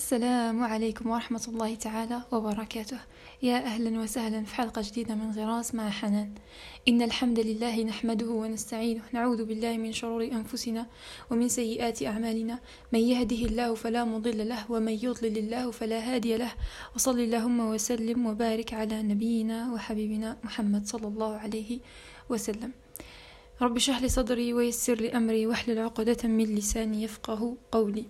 السلام عليكم ورحمة الله تعالى وبركاته. يا أهلا وسهلا في حلقة جديدة من غراس مع حنان. إن الحمد لله نحمده ونستعينه، نعوذ بالله من شرور أنفسنا ومن سيئات أعمالنا، من يهده الله فلا مضل له ومن يضلل الله فلا هادي له. وصل اللهم وسلم وبارك على نبينا وحبيبنا محمد صلى الله عليه وسلم. رب اشرح لي صدري ويسر لي أمري واحلل عقدة من لساني يفقه قولي.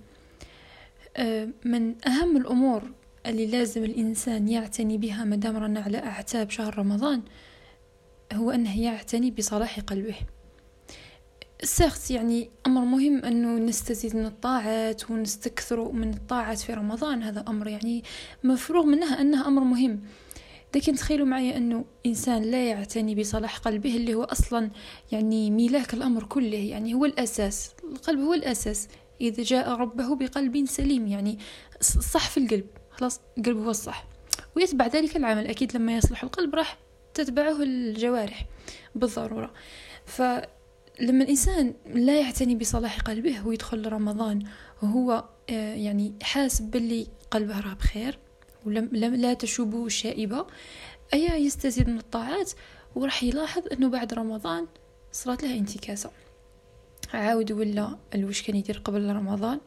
من أهم الأمور اللي لازم الإنسان يعتني بها مدام رنا على أعتاب شهر رمضان هو أنه يعتني بصلاح قلبه. يعني أمر مهم أنه نستزيد من الطاعات ونستكثر من الطاعات في رمضان، هذا أمر يعني مفروغ منه أنه أمر مهم. لكن تخيلوا معي أنه إنسان لا يعتني بصلاح قلبه اللي هو أصلا يعني ملاك الأمر كله، يعني هو الأساس، القلب هو الأساس. إذا جاء ربه بقلب سليم، يعني صح في القلب، خلاص القلب هو الصح، ويتبع ذلك العمل. أكيد لما يصلح القلب راح تتبعه الجوارح بالضرورة. فلما الإنسان لا يعتني بصلاح قلبه ويدخل رمضان وهو يعني حاسب باللي قلبه راه بخير لا تشوبه الشائبة، يستزيد من الطاعات، وراح يلاحظ أنه بعد رمضان صارت له انتكاسة، عاود ولا الوش كان يدير قبل رمضان،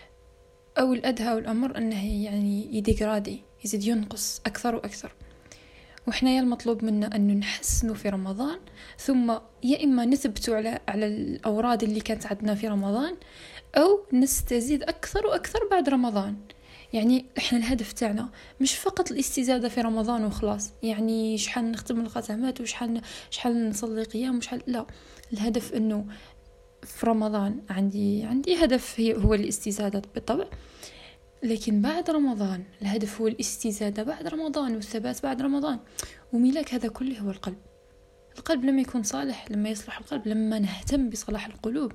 أو الأدهى والأمر أنه يعني يديغرادي، يزيد ينقص أكثر وأكثر. وإحنا المطلوب منا أنه نحسنه في رمضان، ثم يا إما نثبتوا على الأوراد اللي كانت عندنا في رمضان، أو نستزيد أكثر وأكثر بعد رمضان. يعني إحنا الهدف تاعنا مش فقط الاستزادة في رمضان وخلاص، يعني شحال نختم الختمات وشحال نصلي قيام وشحال، لا، الهدف أنه في رمضان عندي هدف هو الاستزادة بالطبع، لكن بعد رمضان الهدف هو الاستزادة بعد رمضان والثبات بعد رمضان. وملاك هذا كله هو القلب لما يكون صالح، لما يصلح القلب، لما نهتم بصلاح القلوب،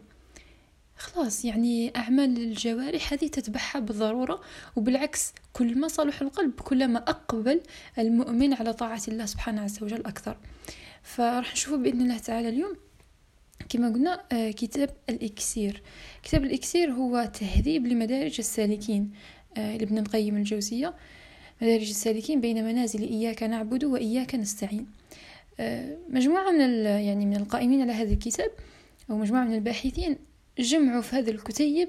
خلاص يعني أعمال الجوارح هذه تتبعها بالضرورة. وبالعكس، كل ما صلح القلب كلما أقبل المؤمن على طاعة الله سبحانه عز وجل أكثر. فراح نشوفه بإذن الله تعالى اليوم كما قلنا كتاب الإكسير. كتاب الإكسير هو تهذيب لمدارج السالكين لابن القيم الجوزية، مدارج السالكين بين منازل إياك نعبد وإياك نستعين. مجموعة من القائمين على هذا الكتاب، أو مجموعة من الباحثين، جمعوا في هذا الكتيب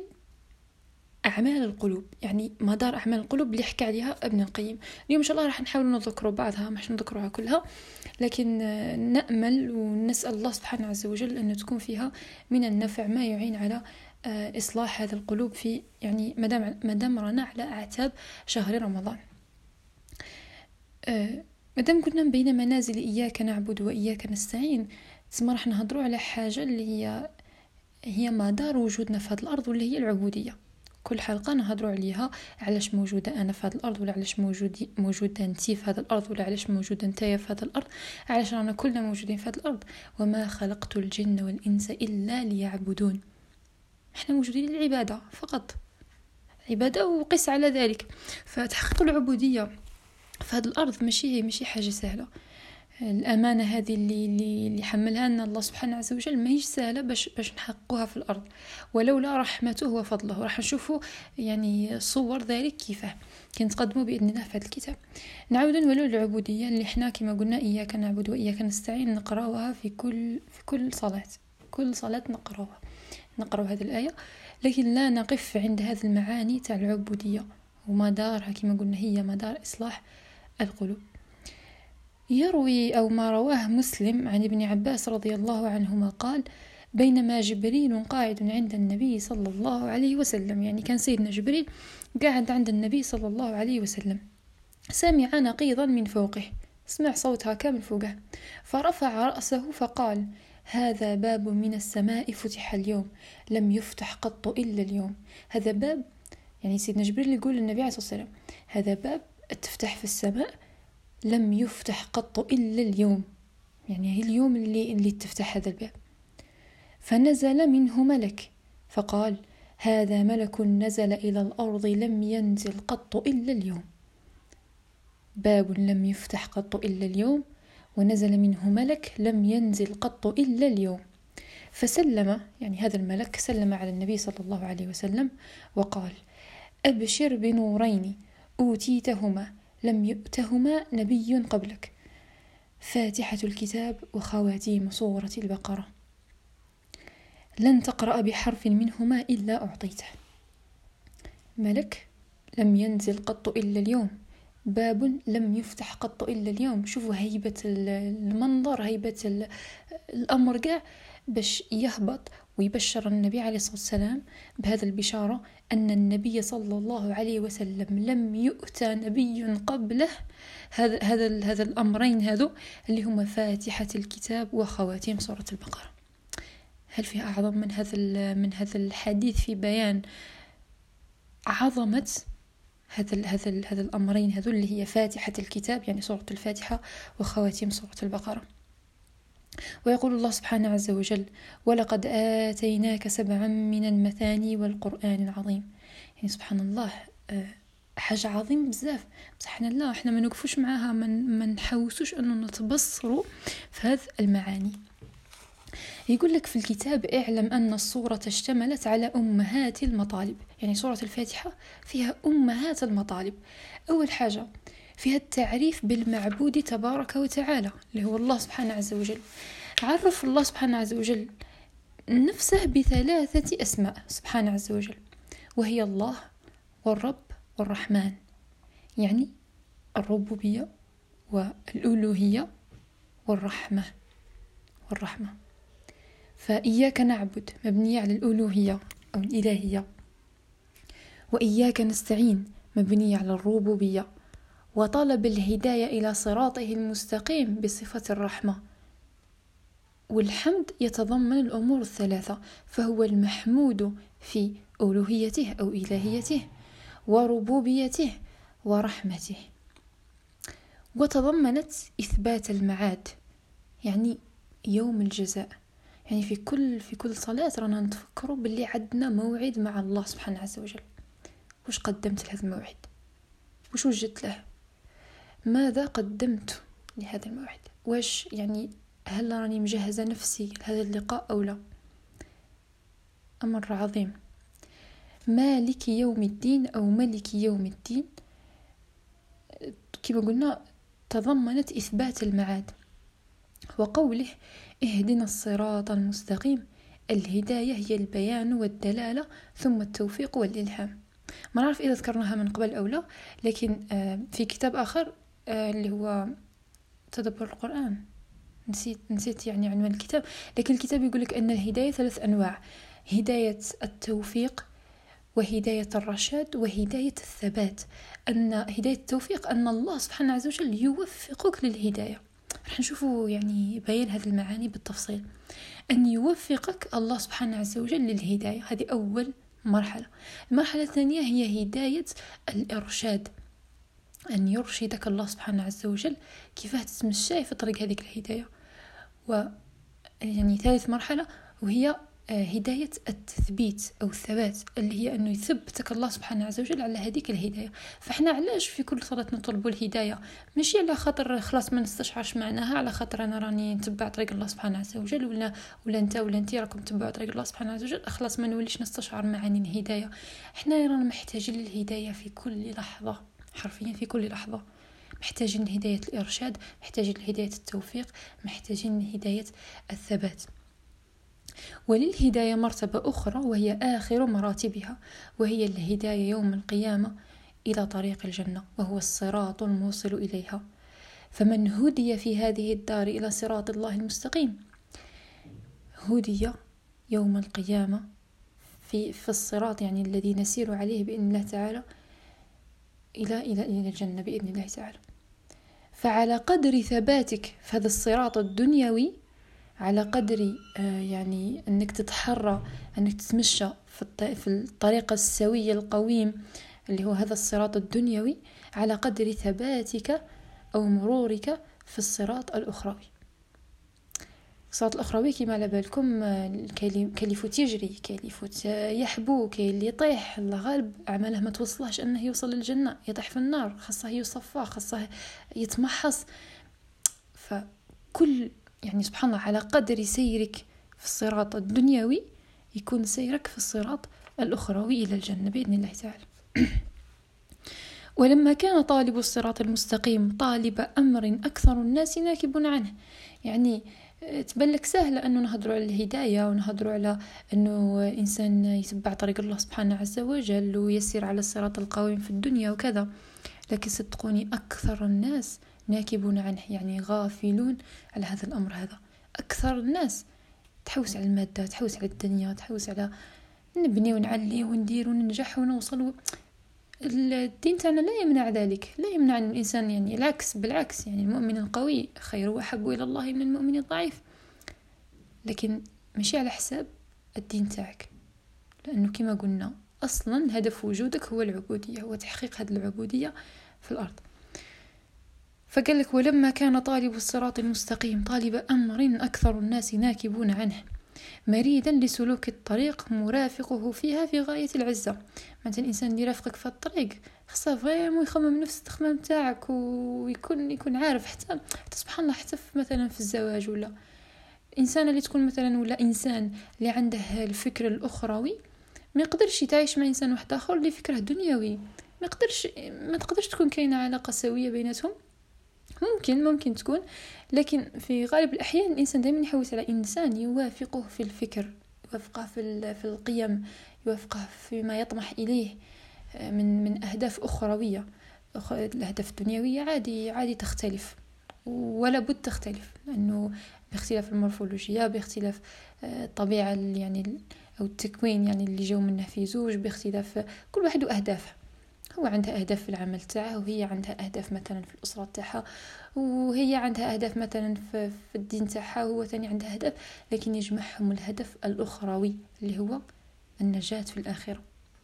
أعمال القلوب، يعني مدار أعمال القلوب اللي حكى عليها ابن القيم. اليوم إن شاء الله راح نحاول نذكر بعضها، مش نذكرها كلها، لكن نأمل ونسأل الله سبحانه عز وجل أن تكون فيها من النفع ما يعين على إصلاح هذا القلوب في يعني مدام رنا على أعتاب شهر رمضان. مدام كنا بين منازل إياك نعبد وإياك نستعين، تسمى راح نهضروا على حاجة اللي هي مدار وجودنا في هذه الأرض، واللي هي العبودية. كل حلقة نهضروا عليها، علاش موجودة أنا في هذه الأرض، ولا علاش موجودة أنتي في هذه الأرض، ولا علاش موجودة أنتي في هذه الأرض، علاش رانا كلنا موجودين في هذه الأرض. وما خلقت الجن والإنس إلا ليعبدون. احنا موجودين للعبادة فقط، عبادة وقس على ذلك. فتحقيق العبودية في هذه الأرض ماشي حاجة سهلة. الأمانة هذه اللي حملها لنا الله سبحانه عز وجل ما هيش سهلة باش نحققها في الأرض، ولولا رحمته وفضله. راح نشوفوا يعني صور ذلك كيفاه كنتقدموا بإذن الله في هذا الكتاب. نعود نولوا العبودية اللي احنا كما قلنا إياك نعبد وإياك نستعين، نقرأوها في كل صلاة، كل صلاة نقرأ هذه الآية، لكن لا نقف عند هذه المعاني تاع العبودية ومدارها كما قلنا هي مدار إصلاح القلوب. يروي أو ما رواه مسلم عن ابن عباس رضي الله عنهما قال: بينما جبريل قاعد عند النبي صلى الله عليه وسلم، يعني كان سيدنا جبريل قاعد عند النبي صلى الله عليه وسلم، سمع نقيضا من فوقه، سمع صوتها كامل فوقه، فرفع رأسه فقال: هذا باب من السماء فتح اليوم، لم يفتح قط إلا اليوم. هذا باب، يعني سيدنا جبريل يقول للنبي عليه الصلاة والسلام هذا باب تفتح في السماء لم يفتح قط إلا اليوم، يعني هي اليوم اللي تفتح هذا الباب. فنزل منه ملك فقال: هذا ملك نزل إلى الأرض لم ينزل قط إلا اليوم. باب لم يفتح قط إلا اليوم، ونزل منه ملك لم ينزل قط إلا اليوم. فسلم، يعني هذا الملك سلم على النبي صلى الله عليه وسلم وقال: أبشر بنورين أوتيتهما لم يؤتهما نبي قبلك، فاتحة الكتاب وخواتيم سورة البقرة، لن تقرأ بحرف منهما إلا أعطيته، ملك لم ينزل قط إلا اليوم، باب لم يفتح قط إلا اليوم. شوفوا هيبة المنظر، هيبة الأمر قاع، باش يهبط ويبشر النبي عليه الصلاة والسلام بهذا البشارة أن النبي صلى الله عليه وسلم لم يؤتى نبي قبله هذا الأمرين هذو اللي هما فاتحة الكتاب وخواتيم سورة البقرة. هل في أعظم من هذا الحديث في بيان عظمة هذا الأمرين هذو اللي هي فاتحة الكتاب يعني سورة الفاتحة وخواتيم سورة البقرة؟ ويقول الله سبحانه عز وجل: ولقد آتيناك 7 من المثاني والقرآن العظيم. يعني سبحان الله، حاجة عظيم بزاف. سبحان الله، احنا ما نوقفوش معاها، ما نحوسوش أنه نتبصروا في هذه المعاني. يقول لك في الكتاب: اعلم أن الصورة اشتملت على أمهات المطالب. يعني سورة الفاتحة فيها أمهات المطالب. أول حاجة فيها التعريف بالمعبود تبارك وتعالى اللي هو الله سبحانه عز وجل. عرف الله سبحانه عز وجل نفسه ب3 أسماء سبحانه عز وجل، وهي الله والرب والرحمن، يعني الربوبية والألوهية والرحمة. فإياك نعبد مبنية على الألوهية أو الإلهية، وإياك نستعين مبنية على الربوبية، وطلب الهداية إلى صراطه المستقيم بصفة الرحمة. والحمد يتضمن الأمور ال3، فهو المحمود في ألوهيته أو إلهيته وربوبيته ورحمته. وتضمنت إثبات المعاد، يعني يوم الجزاء. يعني في كل صلاة رانا نتفكروا باللي عندنا موعد مع الله سبحانه عز وجل. وش قدمت لهذا الموعد؟ وش وجدت له؟ ماذا قدمت لهذا الموعد؟ واش يعني هل راني مجهزة نفسي لهذا اللقاء أو لا؟ أمر عظيم. مالك يوم الدين أو ملك يوم الدين كما قلنا تضمنت إثبات المعاد. وقوله: اهدنا الصراط المستقيم، الهداية هي البيان والدلالة ثم التوفيق والإلهام. ما نعرف إذا ذكرناها من قبل أو لا، لكن في كتاب آخر اللي هو تدبر القرآن، نسيت يعني عنوان الكتاب، لكن الكتاب يقول لك أن الهداية 3 أنواع: هداية التوفيق وهداية الرشاد وهداية الثبات. أن هداية التوفيق أن الله سبحانه عز وجل يوفقك للهداية. رح نشوفوا يعني بيان هذه المعاني بالتفصيل. أن يوفقك الله سبحانه عز وجل للهداية، هذه أول مرحلة. المرحلة الثانية هي هداية الإرشاد، أن يرشدك الله سبحانه عز وجل كيف تتمشى في طريق هذه الهداية. ويعني ثالث مرحلة وهي هداية التثبيت أو الثبات، اللي هي أنه يثبتك الله سبحانه عز وجل على هذيك الهداية. فإحنا علاش في كل صلاة نطلب الهداية؟ ماشي على خاطر خلاص ما نستشعرش معناها، على خاطر أنا راني نتبع طريق الله سبحانه عز وجل، ولا أنت راكم تتبعوا طريق الله سبحانه عز وجل، خلاص ما نوليش نستشعر معاني الهداية. إحنا رانا محتاجين للهداية في كل لحظة، حرفيا في كل لحظة. محتاجين لهداية الإرشاد، محتاجين لهداية التوفيق، محتاجين لهداية الثبات. وللهداية مرتبة أخرى وهي آخر مراتبها، وهي الهداية يوم القيامة إلى طريق الجنة، وهو الصراط الموصل إليها. فمن هدي في هذه الدار إلى صراط الله المستقيم هدي يوم القيامة في الصراط، يعني الذي نسير عليه بإذن الله تعالى إلى الجنة بإذن الله تعالى. فعلى قدر ثباتك في هذا الصراط الدنيوي، على قدر يعني أنك تتحرى، أنك تتمشى في الطريق السوي القويم اللي هو هذا الصراط الدنيوي، على قدر ثباتك أو مرورك في الصراط الأخروي. الصراط الأخروي كما على بالكم كليفوت يجري، كليفوت يحبو، كاين اللي يطيح، الله غالب أعماله ما توصلهش أنه يوصل للجنة، يطيح في النار، خاصه يصفى، خاصه يتمحص. فكل يعني سبحان الله على قدر سيرك في الصراط الدنيوي يكون سيرك في الصراط الأخروي إلى الجنة بإذن الله تعالى. ولما كان طالب الصراط المستقيم طالب أمر أكثر الناس ناكبون عنه. يعني تبان لك سهلة أنه نهضروا على الهداية ونهضروا على أنه إنسان يتبع طريق الله سبحانه عز وجل ويسير على الصراط القويم في الدنيا وكذا، لكن صدقوني أكثر الناس ناكبون عنه، يعني غافلون على هذا الأمر. هذا أكثر الناس تحوس على المادة، تحوس على الدنيا، تحوس على نبني ونعلي وندير وننجح ونوصل. الدين تاعنا لا يمنع ذلك، لا يمنع أن الإنسان يعني العكس، بالعكس يعني المؤمن القوي خير وأحب إلى الله من المؤمن الضعيف، لكن ماشي على حساب الدين تاعك، لأنه كما قلنا أصلا هدف وجودك هو العبودية، هو تحقيق هذه العبودية في الأرض. فقال لك ولما كان طالب الصراط المستقيم طالب أمر أكثر الناس ناكبون عنه مريدا لسلوك الطريق مرافقه فيها في غاية العزة. مثلا الإنسان اللي يرافقك في الطريق خصه فريمون يخمم نفس التخمام تاعك ويكون عارف، حتى سبحان الله حتى مثلا في الزواج، ولا إنسان اللي تكون مثلا، ولا إنسان اللي عنده الفكر الأخروي ما يقدرش يتعايش مع إنسان واحد آخر اللي فكره دنيوي، ما تقدرش تكون كاينة علاقة سوية بيناتهم. ممكن تكون، لكن في غالب الأحيان الإنسان دائما يحوس على إنسان يوافقه في الفكر، يوافقه في القيم، يوافقه فيما يطمح إليه من أهداف أخروية. الأهداف الدنيوية عادي تختلف، ولا بد تختلف، لأنه باختلاف المورفولوجيا، باختلاف الطبيعة يعني أو التكوين يعني اللي جو منه في زوج، باختلاف كل واحد وأهدافه. هو عندها أهداف في العمل تاعه، وهي عندها أهداف مثلا في الأسرة تاعها، وهي عندها أهداف مثلا في الدين تاعها، وهو ثاني عندها أهداف، لكن يجمعهم الهدف الأخروي اللي هو النجاة في الآخرة.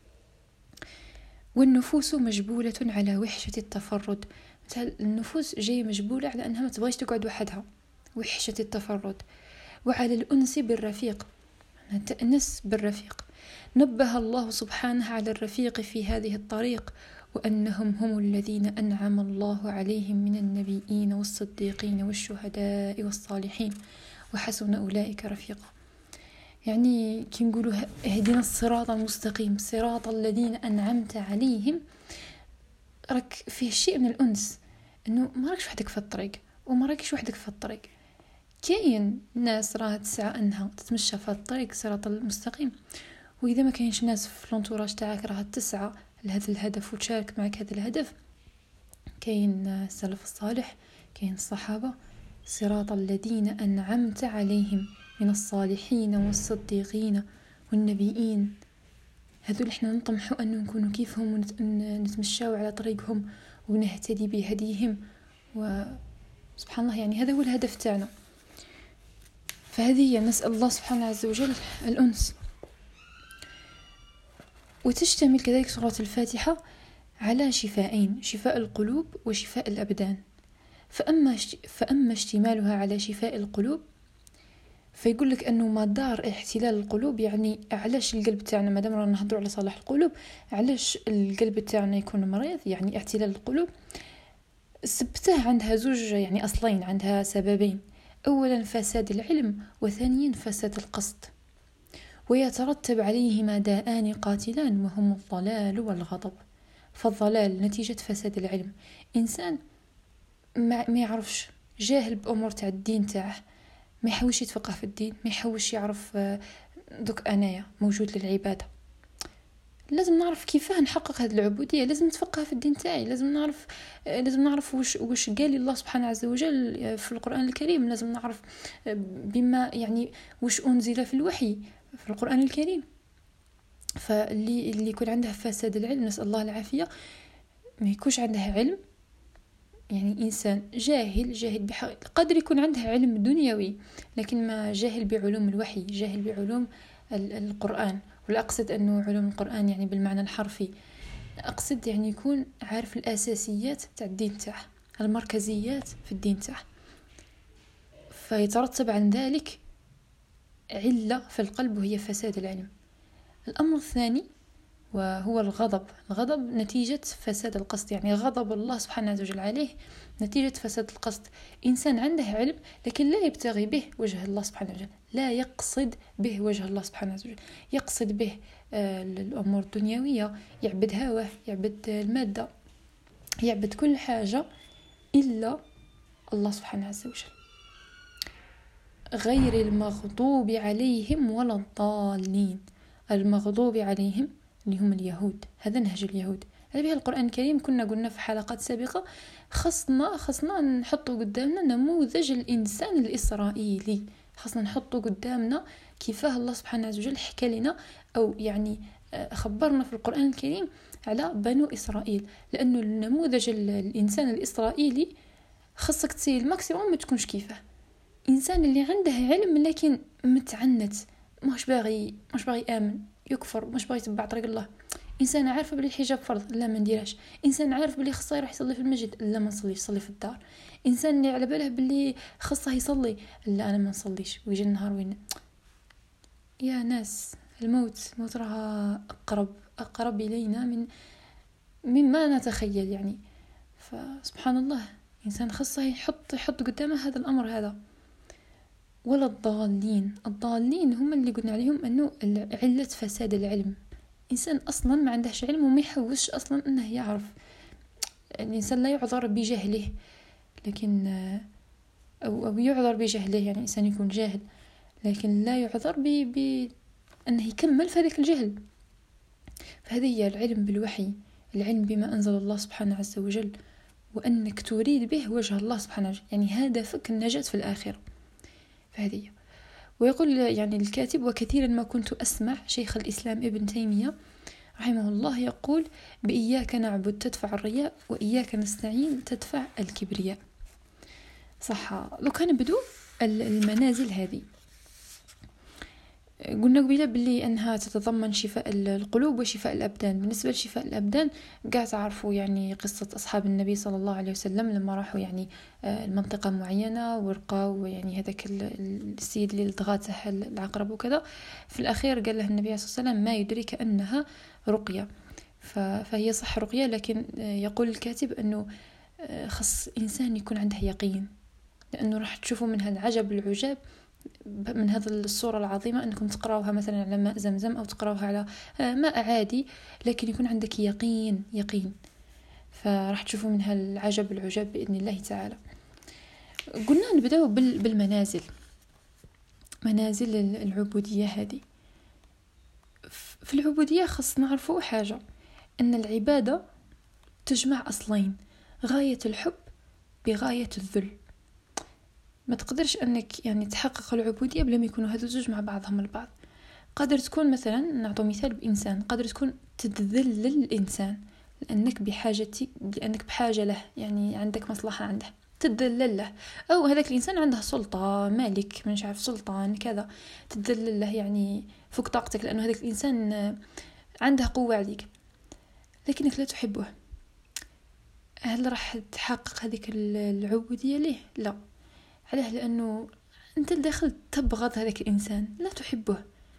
والنفوس مجبولة على وحشة التفرد. مثلا النفوس جاية مجبولة على أنها ما تبغيش تقعد وحدها، وحشة التفرد، وعلى الأنس بالرفيق، تأنس بالرفيق. نبه الله سبحانه على الرفيق في هذه الطريق، وأنهم هم الذين أنعم الله عليهم من النبيين والصديقين والشهداء والصالحين وحسن أولئك رفيقا. يعني كي نقولوا اهدنا الصراط المستقيم صراط الذين أنعمت عليهم، راك فيه شيء من الأنس، أنه ما راكش وحدك في الطريق وما راكش وحدك في الطريق. كاين ناس راها تسعى أنها تتمشى في الطريق صراط المستقيم، وإذا ما كاينش ناس في الانتوراج تاعك راها تسعى لهذا الهدف وتشارك معك هذا الهدف، كاين السلف الصالح، كاين الصحابة، صراط الذين أنعمت عليهم من الصالحين والصديقين والنبيين. هذول احنا نطمحوا أن نكونوا كيفهم ونتمشاو على طريقهم ونهتدي بهديهم، وسبحان الله يعني هذا هو الهدف تاعنا. فهذه نسأل الله سبحانه عز وجل الأنس. وتشتمل كذلك سورة الفاتحة على شفاءين، شفاء القلوب وشفاء الأبدان. فأما اشتمالها على شفاء القلوب فيقول لك أنه مدار احتلال القلوب، يعني علاش القلب تاعنا مادام رانا نهضروا على صلاح القلوب، علاش القلب تاعنا يكون مريض يعني احتلال القلوب، سبته عندها زوج يعني أصلين، عندها سببين: أولا فساد العلم، وثانيا فساد القصد، ويترتب عليهما داءان قاتلان وهم الضلال والغضب. فالضلال نتيجة فساد العلم، إنسان ما يعرفش، جاهل بأمور تاع الدين تاعه، ما يحوش يتفقه في الدين، ما يحوش يعرف دوك أنايا موجود للعبادة. لازم نعرف كيفاه نحقق هذه العبودية، لازم نتفقه في الدين تاعي، لازم نعرف واش قال الله سبحانه عز وجل في القرآن الكريم، لازم نعرف بما يعني واش أنزل في الوحي في القرآن الكريم. فاللي يكون عنده فساد العلم، نسأل الله العافية، ما يكونش عنده علم، يعني إنسان جاهل بحق، قدر يكون عنده علم دنيوي لكن ما جاهل بعلوم الوحي، جاهل بعلوم القرآن. ولا أقصد أنه علوم القرآن يعني بالمعنى الحرفي، أقصد يعني يكون عارف الأساسيات تاع الدين تاعه، المركزيات في الدين تاعه، فيترتب عن ذلك علة في القلب وهي فساد العلم. الأمر الثاني وهو الغضب نتيجة فساد القصد، يعني غضب الله سبحانه وتعالى عليه نتيجة فساد القصد. إنسان عنده علم لكن لا يبتغي به وجه الله سبحانه وتعالى، لا يقصد به وجه الله سبحانه وتعالى، يقصد به الأمور الدنيوية، يعبد هواه، يعبد المادة، يعبد كل حاجة إلا الله سبحانه عز وجل. غير المغضوب عليهم ولا الضالين. المغضوب عليهم اللي هم اليهود، هذا نهج اليهود. هذا بها القرآن الكريم كنا قلنا في حلقات سابقة خصنا نحطوا قدامنا نموذج الإنسان الإسرائيلي، خصنا نحطوا قدامنا كيفاه الله سبحانه عز وجل حكى لنا أو يعني خبرنا في القرآن الكريم على بنو إسرائيل، لأنه النموذج الإنسان الإسرائيلي خصك تسير الماكسيموم ما تكونش كيفاه. إنسان اللي عنده علم لكن متعنت، مش باغي آمن، يكفر، مش باغي يتبع طريق الله. إنسان عارف بلي الحجاب فرض، لا ما نديرهاش. إنسان عارف بلي خصه يروح يصلي في المسجد، لا ما نصليش، صلي في الدار. إنسان اللي على باله بلي خصه يصلي، لا أنا ما نصليش. ويجي النهار وين يا ناس الموت راه أقرب إلينا مما نتخيل يعني. فسبحان الله، إنسان خصه يحط قدامه هذا الأمر هذا. ولا الضالين هم اللي قلنا عليهم أنه علة فساد العلم. إنسان أصلا ما عندهش علم وما يحوش أصلا أنه يعرف. الإنسان لا يعذر بجهله، لكن أو يعذر بجهله، يعني إنسان يكون جاهل لكن لا يعذر بأنه يكمل في هذاك الجهل. فهذه هي العلم بالوحي، العلم بما أنزل الله سبحانه عز وجل، وأنك تريد به وجه الله سبحانه وتعالى، يعني هدفك النجاة في الآخرة. فهذه. ويقول يعني الكاتب: وكثيرا ما كنت أسمع شيخ الإسلام ابن تيمية رحمه الله يقول: بإياك نعبد تدفع الرياء، وإياك نستعين تدفع الكبرياء. صح. لو كان بدو المنازل هذه قلنا قبيلة باللي أنها تتضمن شفاء القلوب وشفاء الأبدان. بالنسبة لشفاء الأبدان قاعد تعرفوا يعني قصة أصحاب النبي صلى الله عليه وسلم لما راحوا يعني المنطقة معينة ورقوا يعني هذاك السيد اللي لدغاته العقرب وكذا. في الأخير قال له النبي صلى الله عليه وسلم: ما يدرك أنها رقية. فهي صح رقية، لكن يقول الكاتب أنه خص إنسان يكون عنده يقين، لأنه راح تشوفوا منها العجب العجاب من هذا الصورة العظيمة، أنكم تقرأوها مثلا على ماء زمزم أو تقرأوها على ماء عادي، لكن يكون عندك يقين فراح تشوفوا منها العجب العجاب بإذن الله تعالى. قلنا نبدأ بالمنازل، منازل العبودية هذه. في العبودية خص نعرفوا حاجة، أن العبادة تجمع أصلين: غاية الحب بغاية الذل. ما تقدرش أنك يعني تحقق العبودية بلا ما يكونوا هذو الزوج مع بعضهم البعض. قادر تكون مثلا، نعطو مثال بإنسان، قادر تكون تتذلل الإنسان لأنك بحاجة له، يعني عندك مصلحة عنده تتذلل له، أو هذاك الإنسان عنده سلطة، مالك مش عارف سلطان كذا، تتذلل له يعني فوق طاقتك، لأنه هذاك الإنسان عنده قوة عليك، لكنك لا تحبه. هل راح تحقق هذيك العبودية ليه؟ لا. عليه؟ لأنه أنت الداخل تبغض هذاك الإنسان، لا تحبه،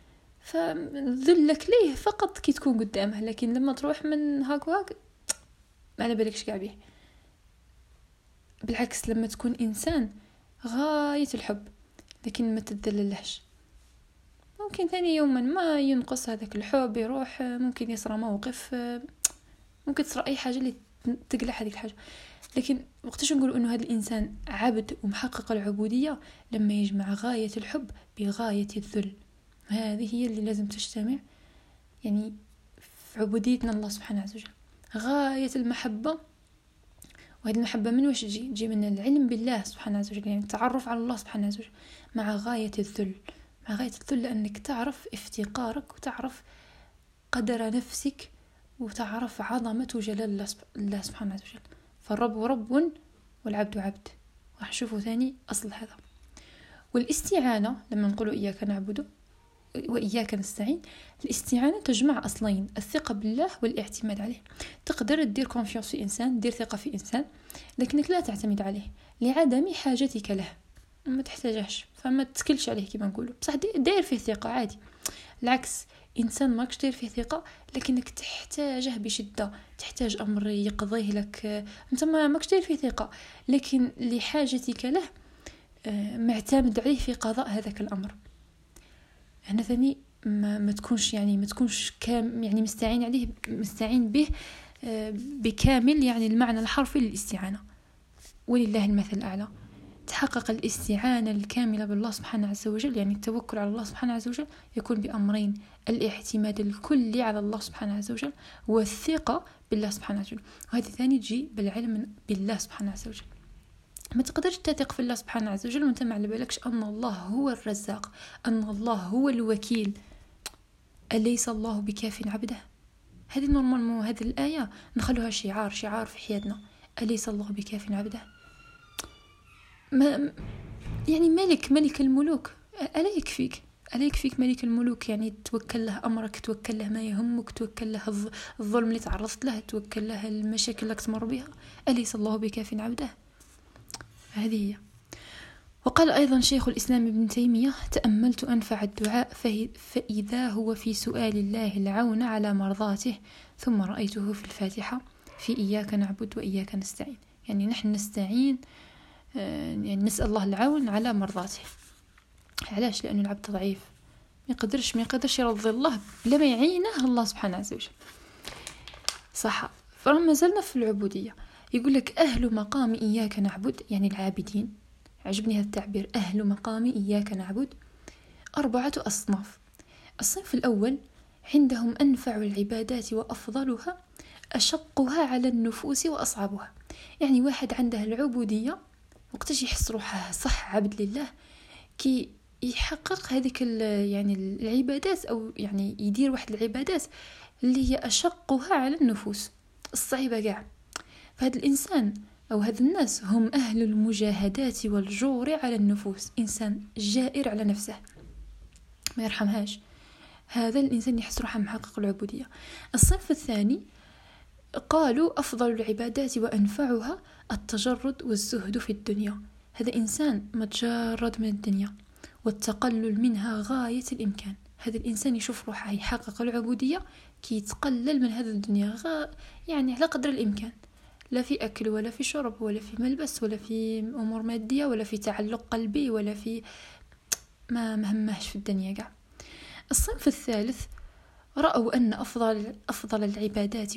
فذلك ليه فقط كي تكون قدامه، لكن لما تروح من هاك ما على بالكش قاع بيه. بالعكس، لما تكون إنسان غاية الحب لكن ما تتذللهش، ممكن ثاني يوما ما ينقص هذاك الحب، يروح، ممكن يصرى موقف، ممكن تصرى أي حاجة اللي تقلع هذيك الحاجة. لكن وقتاش نقول انه هذا الانسان عبد ومحقق العبوديه؟ لما يجمع غايه الحب بغايه الذل. هذه هي اللي لازم تجتمع يعني في عبوديتنا الله سبحانه عز وجل. غايه المحبه، وهذه المحبه من وش تجي من العلم بالله سبحانه عز وجل، يعني التعرف على الله سبحانه عز وجل، مع غايه الذل. لانك تعرف افتقارك، وتعرف قدر نفسك، وتعرف عظمه وجلال الله سبحانه عز وجل. فالرب رب والعبد عبد. راح نشوفوا ثاني أصل هذا. والاستعانة، لما نقولوا إياك نعبد وإياك نستعين، الاستعانة تجمع أصلين: الثقة بالله والاعتماد عليه. تقدر تدير كونفيونس في إنسان، دير ثقة في إنسان، لكنك لا تعتمد عليه لعدم حاجتك له، ما تحتاجهش، فما تتكلش عليه كما نقولوا. بصح داير فيه ثقة عادي. العكس، إنسان ماكش داير فيه ثقة لكنك تحتاجه بشدة، تحتاج أمر يقضيه لك، أنت ماكش داير فيه ثقة لكن لحاجتك له معتمد عليه في قضاء هذاك الأمر. هنا ثاني ما تكونش يعني ما تكونش يعني مستعين به بكامل يعني المعنى الحرفي للاستعانة. ولله المثل الأعلى. تحقق الاستعانة الكاملة بالله سبحانه عز وجل، يعني التوكل على الله سبحانه عز وجل، يكون بأمرين: الاعتماد الكلي على الله سبحانه عز وجل، والثقة بالله سبحانه عز وجل. وهذه ثاني تجي بالعلم بالله سبحانه عز وجل. ما تقدرش تثق في الله سبحانه عز وجل وانت ما على بالكش أن الله هو الرزاق، أن الله هو الوكيل. أليس الله بكاف عبده؟ هذه نورمال، هذه الآية نخلوها شعار في حياتنا. أليس الله بكاف عبده؟ ما يعني ملك الملوك ألا يكفيك ملك الملوك، يعني توكل له أمرك، توكل له ما يهمك، توكل له الظلم اللي تعرضت له، توكل له المشاكل اللي تمر بها. أليس الله بكاف عبده؟ هذه هي. وقال أيضا شيخ الإسلام ابن تيمية: تأملت أنفع الدعاء فإذا هو في سؤال الله العون على مرضاته، ثم رأيته في الفاتحة في إياك نعبد وإياك نستعين. يعني نحن نستعين، يعني نسأل الله العون على مرضاته. علاش؟ لأنه العبد ضعيف، ما يقدرش يرضي الله بلا ما يعينه الله سبحانه عز وجل. صح. فما زلنا في العبودية. يقول لك: أهل مقام إياك نعبد، يعني العابدين، عجبني هذا التعبير، أهل مقام إياك نعبد 4 أصناف. الصنف الأول: عندهم أنفع العبادات وأفضلها، أشقها على النفوس وأصعبها. يعني واحد عنده العبودية، وقتاش يحس روحه صح عبد لله، كي يحقق هذيك يعني العبادات، أو يعني يدير واحد العبادات اللي هي أشقها على النفوس، الصعيبة قاع. فهذا الإنسان أو هذا الناس هم أهل المجاهدات والجور على النفوس. إنسان جائر على نفسه ما يرحمهاش، هذا الإنسان يحس روحه محقق العبودية. الصنف الثاني قالوا: أفضل العبادات وأنفعها التجرد والزهد في الدنيا. هذا إنسان متجرد من الدنيا والتقلل منها غاية الإمكان. هذا الإنسان يشوف روحه يحقق العبودية كي يتقلل من هذا الدنيا يعني على قدر الإمكان، لا في أكل ولا في شرب ولا في ملبس ولا في أمور مادية ولا في تعلق قلبي ولا في ما مهمهش في الدنيا قاع. الصنف الثالث رأوا أن أفضل العبادات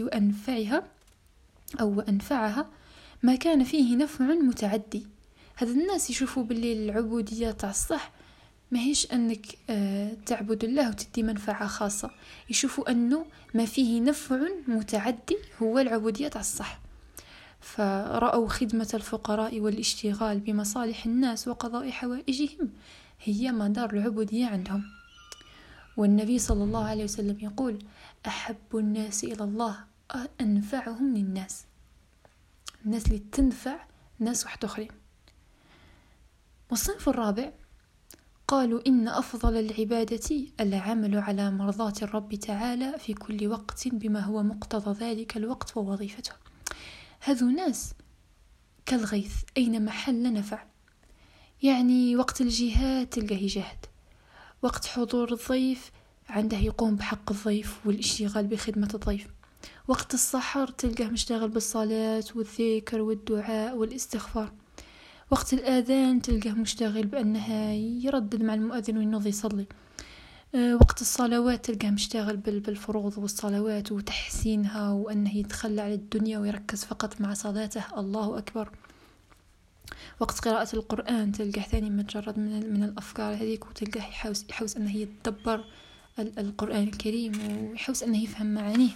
وأنفعها ما كان فيه نفع متعدي. هذا الناس يشوفوا باللي العبودية تاع الصح ما هيش أنك تعبد الله وتدي منفعة خاصة، يشوفوا أنه ما فيه نفع متعدي هو العبودية تاع الصح. فرأوا خدمة الفقراء والاشتغال بمصالح الناس وقضاء حوائجهم هي مدار العبودية عندهم. والنبي صلى الله عليه وسلم يقول: أحب الناس إلى الله أنفعهم للناس. الناس اللي تنفع ناس واحد آخرين. والصنف الرابع قالوا: إن أفضل العبادة العمل على مرضاة الرب تعالى في كل وقت بما هو مقتضى ذلك الوقت ووظيفته. هذو ناس كالغيث أين محل نفع، يعني وقت الجهاد تلقاه يجاهد، وقت حضور الضيف عنده يقوم بحق الضيف والاشتغال بخدمة الضيف، وقت السحر تلقاه مشتغل بالصلاة والذكر والدعاء والاستغفار، وقت الآذان تلقاه مشتغل بأنه يردد مع المؤذن وينوض يصلي، وقت الصلوات تلقاه مشتغل بالفروض والصلوات وتحسينها، وأنه يتخلى على الدنيا ويركز فقط مع صلاته الله أكبر. وقت قراءة القرآن تلقاه ثاني متجرد من الأفكار هذيك، وتلقاه يحوس أنه يتدبر القرآن الكريم ويحوس أنه يفهم معانيه.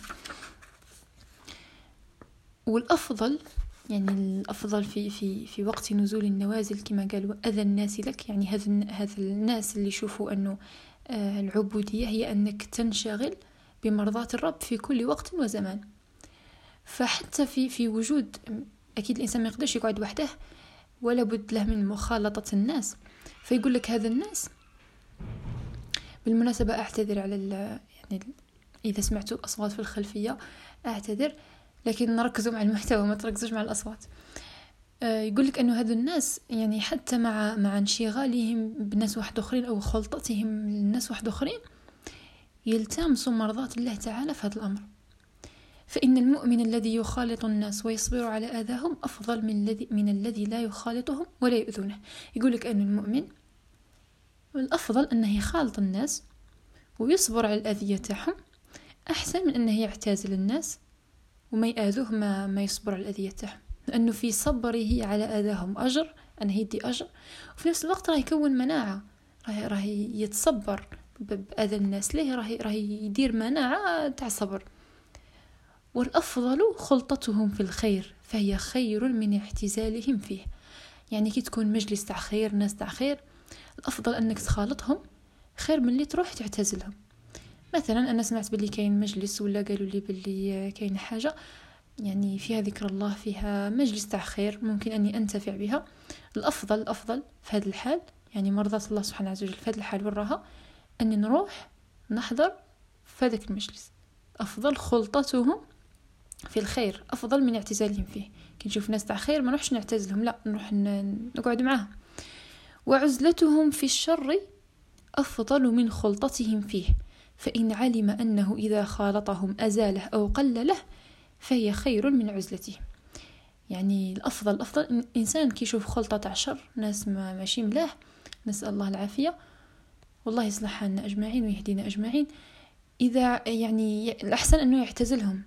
والأفضل يعني الأفضل في وقت نزول النوازل كما قالوا: أذى الناس لك، يعني هذا الناس اللي يشوفوا أنه العبودية هي أنك تنشغل بمرضاة الرب في كل وقت وزمان. فحتى في وجود، أكيد الإنسان ما يقدرش يقعد وحده ولا بد له من مخالطة الناس. فيقول لك هذا الناس، بالمناسبة أعتذر على يعني إذا سمعتوا أصوات في الخلفية أعتذر، لكن نركزوا مع المحتوى ما تركزوش مع الأصوات. يقول لك أنه هذا الناس يعني حتى مع انشغالهم بناس واحد آخرين أو خلطتهم للناس واحد آخرين يلتمسوا مرضاة الله تعالى في هذا الأمر. فإن المؤمن الذي يخالط الناس ويصبر على أذاهم أفضل من الذي لا يخالطهم ولا يؤذونه. يقول لك أن المؤمن الأفضل أنه يخالط الناس ويصبر على الأذية تاعهم أحسن من أنه يعتزل الناس وما يأذوه ما يصبر على الأذية تاعهم، لأنه في صبره على أذاهم أجر، أنه يدي أجر، وفي نفس الوقت راه يكون مناعة، راه يتصبر بأذى الناس ليه، راه يدير مناعة تاع صبر. والأفضل خلطتهم في الخير فهي خير من اعتزالهم فيه. يعني كي تكون مجلس تاع خير، ناس تاع خير، الأفضل أنك تخالطهم خير من اللي تروح تعتزلهم. مثلا أنا سمعت باللي كاين مجلس ولا قالوا لي باللي كاين حاجة يعني فيها ذكر الله، فيها مجلس تاع خير، ممكن أني أنتفع بها. الأفضل في هذا الحال، يعني مرضات الله سبحانه وتعالى في هذا الحال وراها، أني نروح نحضر في هذاك المجلس. أفضل خلطتهم في الخير أفضل من اعتزالهم فيه. كي نشوف ناس تاع خير ما نروحش نعتزلهم، لا نروح نقعد معاهم. وعزلتهم في الشر أفضل من خلطتهم فيه، فإن علم أنه إذا خالطهم أزاله أو قلله فهي خير من عزلته. يعني الأفضل إنسان كي يشوف خلطة تاع شر، ناس ماشي ملاح، نسأل الله العافية، والله يصلح حالنا أجمعين ويهدينا أجمعين. إذا يعني الأحسن أنه يعتزلهم،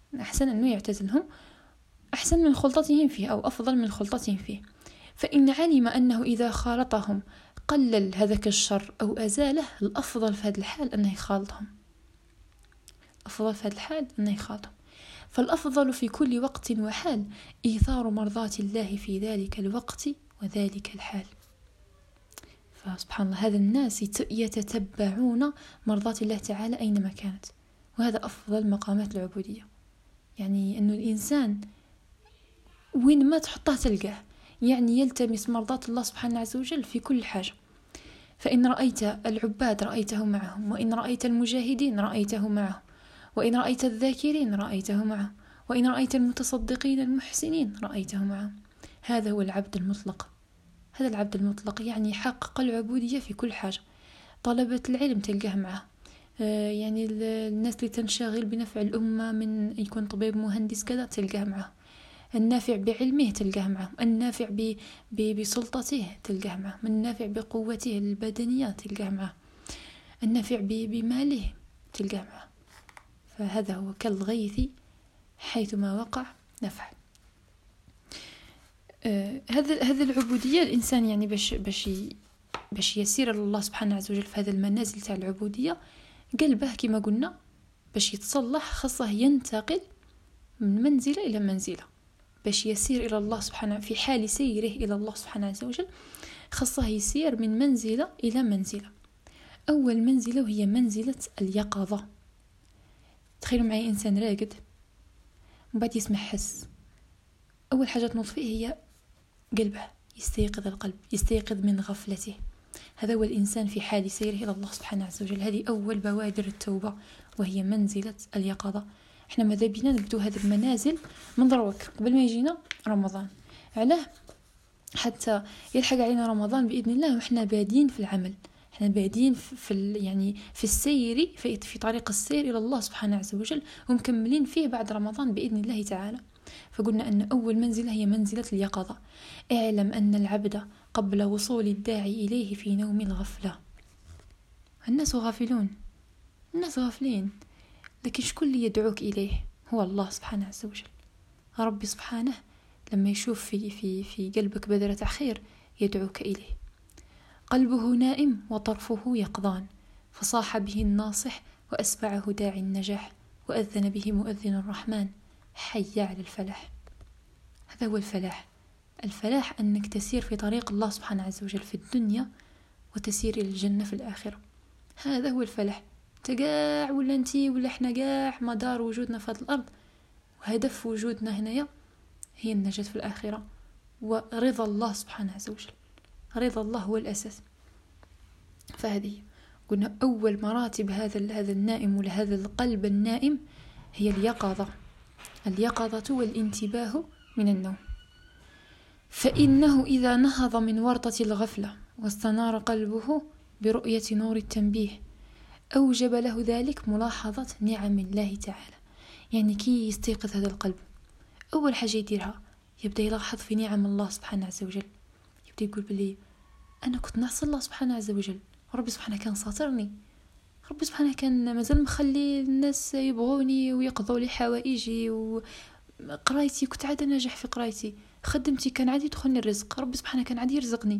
أحسن من خلطتهم فيه، أو أفضل من خلطتهم فيه. فإن علم أنه إذا خالطهم قلل هذاك الشر أو أزاله، الأفضل في هذا الحال أنه يخالطهم، فالأفضل في كل وقت وحال إيثار مرضات الله في ذلك الوقت وذلك الحال. فسبحان الله، هذا الناس يتتبعون مرضات الله تعالى أينما كانت، وهذا أفضل مقامات العبودية. يعني أنه الإنسان وين ما تحطه تلقاه، يعني يلتمس مرضات الله سبحانه عز وجل في كل حاجة. فإن رأيت العباد رأيته معهم، وإن رأيت المجاهدين رأيته معهم، وإن رأيت الذاكرين رأيته معهم، وإن رأيت المتصدقين المحسنين رأيته معهم. هذا هو العبد المطلق، هذا العبد المطلق، يعني حقق العبودية في كل حاجة. طلبة العلم تلقاه معه، يعني الناس اللي تنشغل بنفع الأمة من يكون طبيب مهندس كذا تلقاه معه، النافع بعلمه تلقاه معه، النافع بسلطته تلقاه معه، النافع بقوته البدنية تلقاه معه، النافع بماله تلقاه معه. فهذا هو كالغيث حيثما وقع نفع. هذا العبودية الإنسان يعني باش يسير الله سبحانه عز وجل في هذا المنازل تاع العبودية، قلبه كما قلنا باش يتصلح خاصه ينتقل من منزلة إلى منزلة. باش يسير إلى الله سبحانه، في حال سيره إلى الله سبحانه عز وجل خاصه يسير من منزلة إلى منزلة. أول منزلة وهي منزلة اليقظة. تخيلوا معي إنسان راقد وبعد يسمع حس، أول حاجة تنوض فيه هي قلبه، يستيقظ القلب، يستيقظ من غفلته. هذا هو الإنسان في حال سيره إلى الله سبحانه عز وجل. هذه أول بوادر التوبة وهي منزلة اليقظة. احنا ماذا بينا نبدو هذه المنازل من دروك قبل ما يجينا رمضان. علاه؟ حتى يلحق علينا رمضان بإذن الله وإحنا بادين في العمل، احنا بادين يعني في السير في طريق السير إلى الله سبحانه عز وجل، ومكملين فيه بعد رمضان بإذن الله تعالى. فقلنا أن أول منزلة هي منزلة اليقظة. اعلم أن العبد قبل وصول الداعي إليه في نوم الغفلة. الناس غافلون، الناس غافلين، لكن شكون اللي يدعوك إليه؟ هو الله سبحانه عز وجل. ربي سبحانه لما يشوف في قلبك بذرة خير يدعوك إليه. قلبه نائم وطرفه يقظان، فصاح به الناصح وأسمعه داعي النجاح، وأذن به مؤذن الرحمن حي على الفلاح. هذا هو الفلاح. الفلاح أنك تسير في طريق الله سبحانه عز وجل في الدنيا وتسير إلى الجنة في الآخرة. هذا هو الفلاح. تقاع ولا انتي ولا احنا قاع مدار وجودنا في هذه الأرض وهدف وجودنا هنايا هي النجاة في الآخرة ورضا الله سبحانه عز وجل. رضا الله هو الأساس. فهذه قلنا أول مراتب هذا النائم ولا هذا القلب النائم هي اليقظة. اليقظة والانتباه من النوم. فإنه إذا نهض من ورطة الغفلة واستنار قلبه برؤية نور التنبيه أوجب له ذلك ملاحظة نعم الله تعالى. يعني كي يستيقظ هذا القلب أول حاجة يديرها يبدأ يلاحظ في نعم الله سبحانه عز وجل، يبدأ يقول بلي أنا كنت نعصي الله سبحانه عز وجل وربي سبحانه كان ساطرني، ربي سبحانه كان مازال مخلي الناس يبغوني ويقضوا لي حوائجي، وقرايتي كنت عادة ناجح في قرايتي، خدمتي كان عادي يدخلني الرزق، ربي سبحانه كان عادي يرزقني،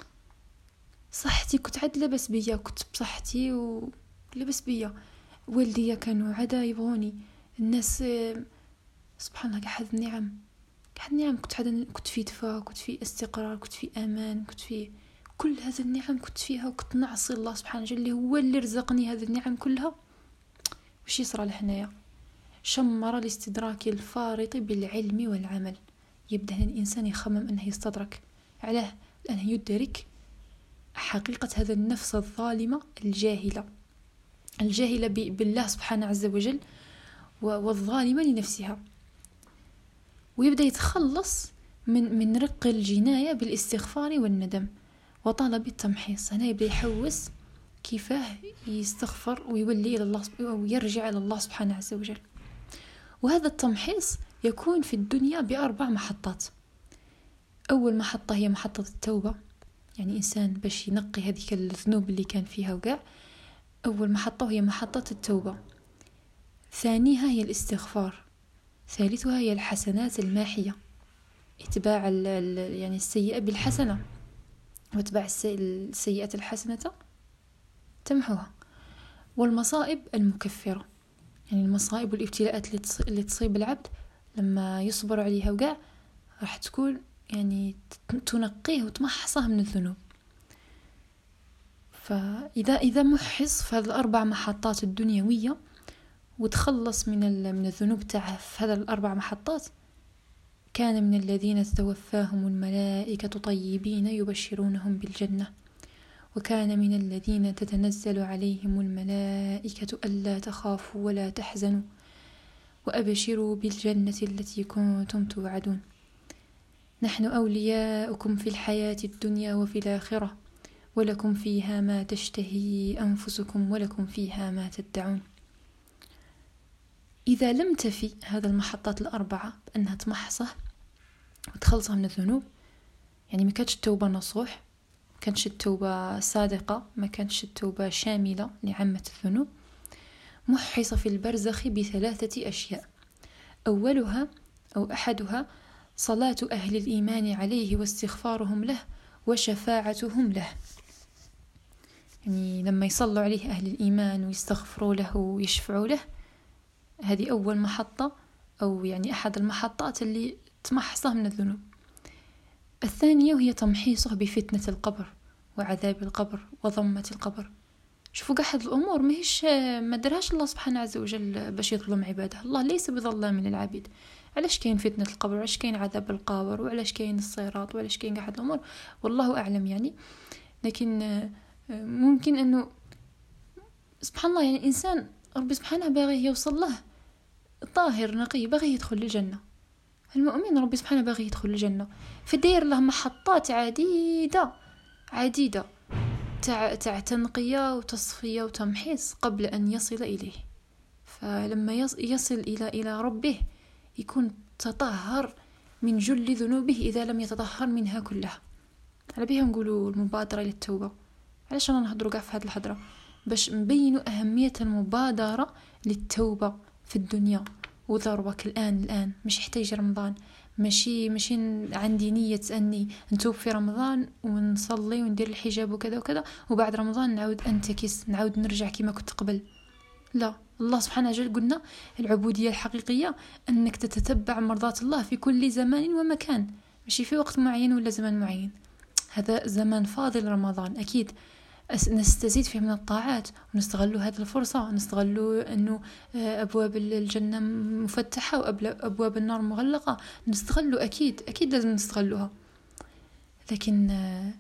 صحتي كنت عاد لاباس بيا، كنت بصحتي ولاباس بيا، والديا كانوا عادا يبغوني، الناس سبحان الله قاعد النعم كنت في دفاع، كنت في استقرار، كنت في امان، كنت في كل هذه النعم كنت فيها، وكنت نعصي الله سبحانه وتعالى هو اللي رزقني هذه النعم كلها. وش يصرى لهنايا؟ شمر الاستدراك الفارط بالعلم والعمل. يبدأ الإنسان يخمم أنه يستدرك، علاه؟ لأنه يدرك حقيقة هذا النفس الظالمة الجاهلة بالله سبحانه عز وجل، والظالمة لنفسها، ويبدأ يتخلص من رق الجناية بالاستغفار والندم وطلب التمحيص. هنا يبدأ يحوس كيفاه يستغفر ويولي إلى الله ويرجع إلى الله سبحانه عز وجل. وهذا التمحيص يكون في الدنيا ب4 محطات. أول محطة هي محطة التوبة، يعني إنسان باش ينقي هذيك الذنوب اللي كان فيها وقع، أول محطة هي محطة التوبة. ثانيها هي الاستغفار. ثالثها هي الحسنات الماحية، اتباع يعني السيئة بالحسنة، واتباع السيئة الحسنة تمحوها. والمصائب المكفرة، يعني المصائب والابتلاءات اللي تصيب العبد لما يصبر عليها وقع راح تكون يعني تنقيه وتمحصه من الذنوب. فإذا محص في هذه 4 محطات الدنيوية وتخلص من الذنوب تاعه في هذه 4 محطات، كان من الذين تتوفاهم الملائكة طيبين يبشرونهم بالجنة، وكان من الذين تتنزل عليهم الملائكة ألا تخافوا ولا تحزنوا وأبشروا بالجنة التي كنتم توعدون، نحن أولياؤكم في الحياة الدنيا وفي الآخرة، ولكم فيها ما تشتهي أنفسكم ولكم فيها ما تدعون. إذا لم تفي هذا المحطات 4 بأنها تمحصه وتخلصها من الذنوب، يعني ما كانتش التوبة نصوح، ما كانتش التوبة صادقة، ما كانتش التوبة شاملة لعامة الذنوب، محص في البرزخ ب3 أشياء. أولها أو أحدها صلاة أهل الإيمان عليه واستغفارهم له وشفاعتهم له، يعني لما يصلوا عليه أهل الإيمان ويستغفروا له ويشفعوا له، هذه أول محطة، أو يعني أحد المحطات اللي تمحصه من الذنوب. الثانية وهي تمحيصه بفتنة القبر وعذاب القبر وضمة القبر. شوفوا قاعد الأمور ما درهاش الله سبحانه عز وجل باش يظلم عباده، الله ليس بظلام للعبيد. علاش كاين فتنة القبر، وعلاش كاين عذاب القبر، وعلاش كاين الصراط، وعلاش كاين قاعد الأمور، والله أعلم يعني. لكن ممكن أنه سبحان الله، يعني إنسان ربي سبحانه باغي يوصل له طاهر نقي، باغي يدخل الجنة، المؤمن ربي سبحانه باغي يدخل الجنة، فداير له محطات عديدة تاع تنقية وتصفية وتمحيص قبل أن يصل إليه. فلما يصل إلى ربه يكون تطهر من جل ذنوبه إذا لم يتطهر منها كلها. على بها نقولوا المبادرة إلى التوبة. علاش أنا نهضروا قاع في هذه الحضرة؟ باش نبينوا أهمية المبادرة للتوبة في الدنيا. وضربك الآن مش يحتاج رمضان، ماشي عندي نية أني نتوب في رمضان ونصلي وندير الحجاب وكذا وكذا، وبعد رمضان نعود أنتكس، نعود نرجع كما كنت قبل. لا، الله سبحانه وتعالى قلنا العبودية الحقيقية أنك تتتبع مرضات الله في كل زمان ومكان، ماشي في وقت معين ولا زمان معين. هذا زمان فاضل رمضان، أكيد نستزيد فيه من الطاعات ونستغلوا هذه الفرصة، نستغلوا أنه أبواب الجنة مفتحة وأبواب النار مغلقة، نستغلوا أكيد لازم نستغلوها. لكن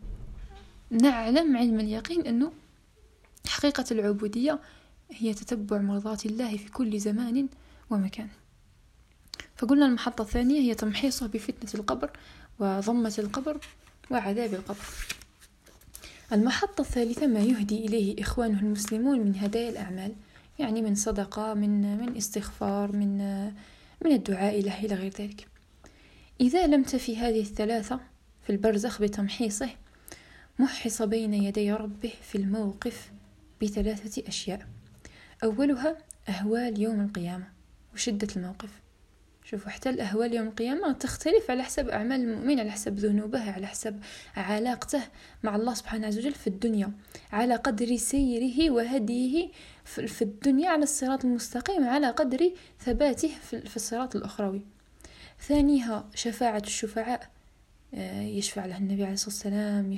نعلم علم اليقين أنه حقيقة العبودية هي تتبع مرضات الله في كل زمان ومكان. فقلنا المحطة الثانية هي تمحيصه بفتنة القبر وضمة القبر وعذاب القبر. المحطة الثالثة ما يهدي إليه إخوانه المسلمون من هدايا الأعمال، يعني من صدقة، من استغفار، من الدعاء له إلى غير ذلك. إذا لم تفي هذه الثلاثة في البرزخ بتمحيصه، محص بين يدي ربه في الموقف ب3 أشياء. أولها أهوال يوم القيامة وشدة الموقف. شوفوا حتى الأهوال يوم القيامة تختلف على حسب أعمال المؤمن، على حسب ذنوبه، على حسب علاقته مع الله سبحانه وتعالى في الدنيا، على قدر سيره وهديه في الدنيا على الصراط المستقيم، على قدر ثباته في الصراط الأخروي. ثانيها شفاعة الشفعاء، يشفع له النبي عليه الصلاة والسلام،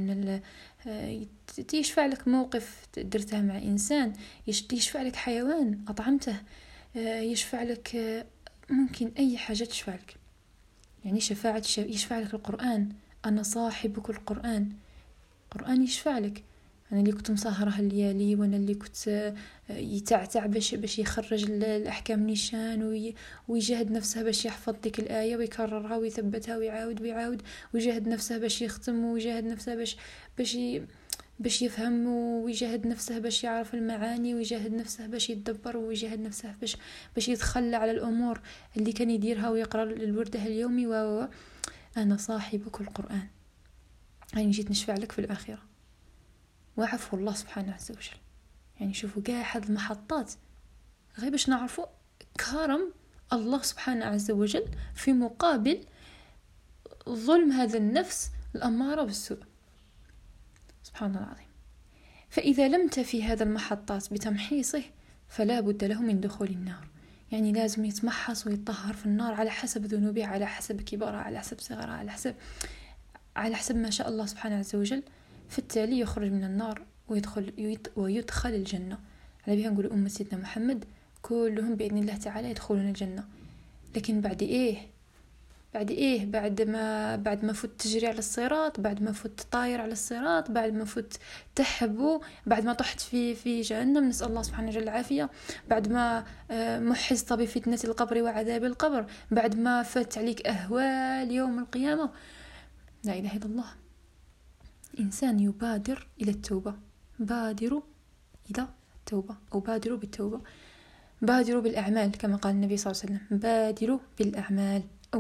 يشفع لك موقف درته مع إنسان، يشفع لك حيوان أطعمته، يشفع لك ممكن أي حاجة تشفع لك. يعني شفاعة يشفع لك القرآن، أنا صاحبك القرآن يشفع لك. أنا اللي كنت مسهرة الليالي، وأنا اللي كنت يتعتع باش يخرج الأحكام نيشان ويجاهد نفسه باش يحفظ ديك الآية ويكررها ويثبتها ويعاود ويجاهد نفسه باش يختم، ويجاهد نفسه باش يفهم، ويجاهد نفسه باش يعرف المعاني، ويجاهد نفسه باش يتدبر، ويجاهد نفسه باش يتخلى على الأمور اللي كان يديرها ويقرأ الورده اليومي. أنا صاحبك القرآن، يعني جيت نشفع لك في الآخرة وعفو الله سبحانه عز وجل. يعني شوفوا كاع هاد المحطات غير باش نعرفوا كرم الله سبحانه عز وجل في مقابل ظلم هذا النفس الأمارة بالسوء. سبحان الله العظيم. فإذا لم تفي هذا المحطات بتمحيصه فلا بد له من دخول النار. يعني لازم يتمحص ويطهر في النار على حسب ذنوبه، على حسب كبرها، على حسب صغرها، على حسب ما شاء الله سبحانه عز وجل. في التالي يخرج من النار ويدخل الجنة. على بها نقول أمة سيدنا محمد كلهم بإذن الله تعالى يدخلون الجنة. لكن بعد بعد ما فوت تجري على الصراط، بعد ما فوت طاير على الصراط، بعد ما فوت تحبو، بعد ما طحت في جهنم، نسأل الله سبحانه وتعالى العافية، بعد ما محزت بفتنة القبر وعذاب القبر، بعد ما فات عليك أهوال يوم القيامة، لا إله إلا الله. إنسان يبادر إلى التوبة، بادروا إلى التوبة أو بادروا بالتوبة، بادروا بالأعمال كما قال النبي صلى الله عليه وسلم، بادروا بالأعمال.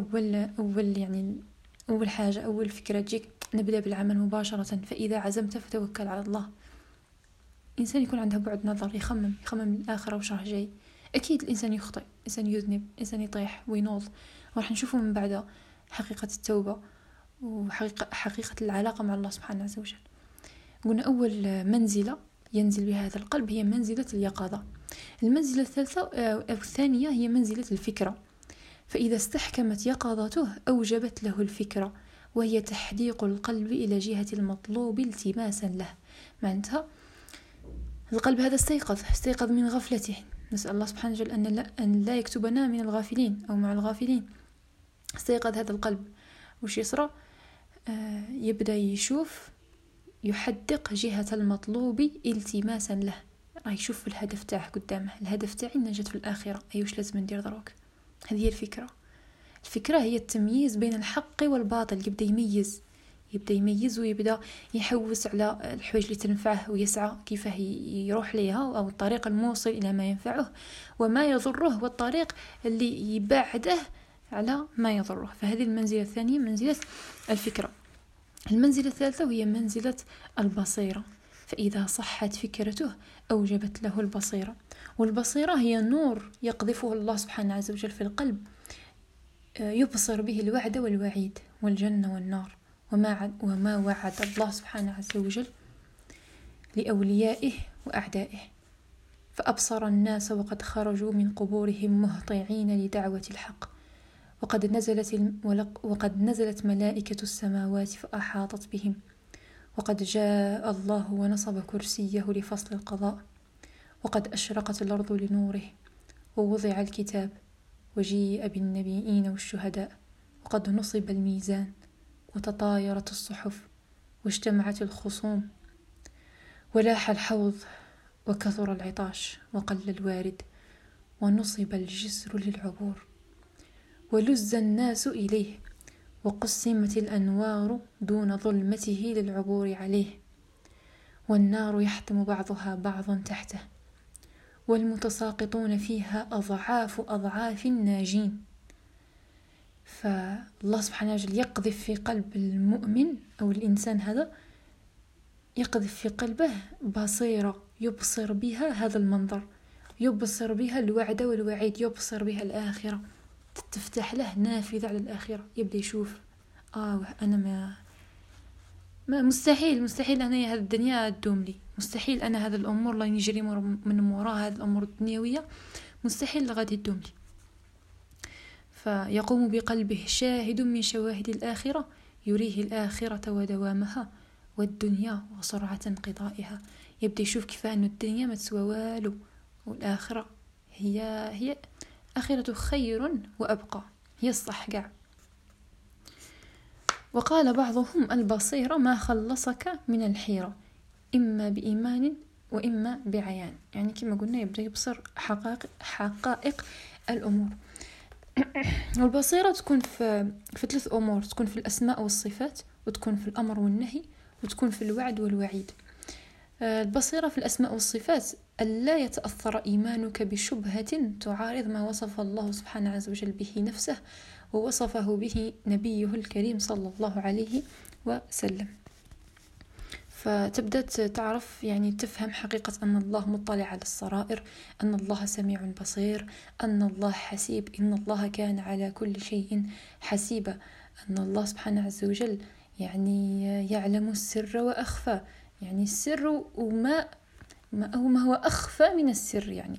أول حاجة، أول فكرة تجيك نبدأ بالعمل مباشرة. فإذا عزمت فتوكل على الله. إنسان يكون عنده بعد نظر، يخمم الآخرة وش راح جاي. أكيد الإنسان يخطئ، إنسان يذنب، إنسان يطيح وينوض، وراح نشوفه من بعد حقيقة التوبة وحقيقة العلاقة مع الله سبحانه عز وجل. قلنا أول منزلة ينزل بها هذا القلب هي منزلة اليقظة. المنزلة الثالثة أو الثانية هي منزلة الفكرة. فإذا استحكمت يقظته أوجبت له الفكرة، وهي تحديق القلب إلى جهة المطلوب التماسا له. معناتها القلب هذا استيقظ من غفلته. نسأل الله سبحانه وتعالى أن لا يكتبنا من الغافلين أو مع الغافلين. استيقظ هذا القلب، وش يصرى؟ يبدأ يشوف، يحدق جهة المطلوب التماسا له. راح يشوف الهدف تاعه قدامه، الهدف تاعي النجاة في الآخرة، أيوش لازم ندير دروك. هذه هي الفكرة هي التمييز بين الحق والباطل. يبدأ يميز ويبدأ يحوس على الحوايج اللي تنفعه، ويسعى كيف يروح ليها، أو الطريق الموصل إلى ما ينفعه، وما يضره والطريق اللي يبعده على ما يضره. فهذه المنزلة الثانية منزلة الفكرة. المنزلة الثالثة هي منزلة البصيرة. فإذا صحت فكرته أوجبت له البصيرة. والبصيرة هي نور يقذفه الله سبحانه عز وجل في القلب، يبصر به الوعد والوعيد والجنة والنار وما وعد الله سبحانه عز وجل لأوليائه وأعدائه. فأبصر الناس وقد خرجوا من قبورهم مهطعين لدعوة الحق، وقد نزلت ملائكة السماوات فأحاطت بهم، وقد جاء الله ونصب كرسيه لفصل القضاء، وقد أشرقت الأرض لنوره، ووضع الكتاب، وجيء بالنبيين والشهداء، وقد نصب الميزان، وتطايرت الصحف، واجتمعت الخصوم، ولاح الحوض، وكثر العطاش، وقل الوارد، ونصب الجسر للعبور، ولز الناس إليه، وقسمت الأنوار دون ظلمته للعبور عليه، والنار يحتم بعضها بعضا تحته، والمتساقطون فيها أضعاف الناجين. فالله سبحانه وتعالى يقذف في قلب المؤمن أو الإنسان هذا، يقذف في قلبه بصيرة يبصر بها هذا المنظر. يبصر بها الوعد والوعيد، يبصر بها الآخرة، تفتح له نافذة على الآخرة، يبدأ يشوف أنا ما مستحيل أنا هذه الدنيا تدوم لي، مستحيل أنا هذا الأمور اللي نجري من وراء هذه الأمور الدنيوية مستحيل غادي تدوم لي. فيقوم بقلبه شاهد من شواهد الآخرة يريه الآخرة ودوامها والدنيا وسرعة انقضائها، يبدأ يشوف كيف أن الدنيا ما تسوى والو، والآخرة هي آخرة خير وأبقى، هي الصح قاع. وقال بعضهم البصيرة ما خلصك من الحيرة، إما بإيمان وإما بعيان، يعني كما قلنا يبدأ يبصر حقائق الأمور. والبصيرة تكون في 3 أمور، تكون في الأسماء والصفات، وتكون في الأمر والنهي، وتكون في الوعد والوعيد. البصيرة في الأسماء والصفات ألا يتأثر إيمانك بشبهة تعارض ما وصف الله سبحانه عز وجل به نفسه ووصفه به نبيه الكريم صلى الله عليه وسلم. فتبدأ تعرف يعني تفهم حقيقة أن الله مطلع على السرائر، أن الله سميع بصير، أن الله حسيب، إن الله كان على كل شيء حسيبا، أن الله سبحانه عز وجل يعني يعلم السر وأخفى، يعني السر وما هو أخفى من السر يعني.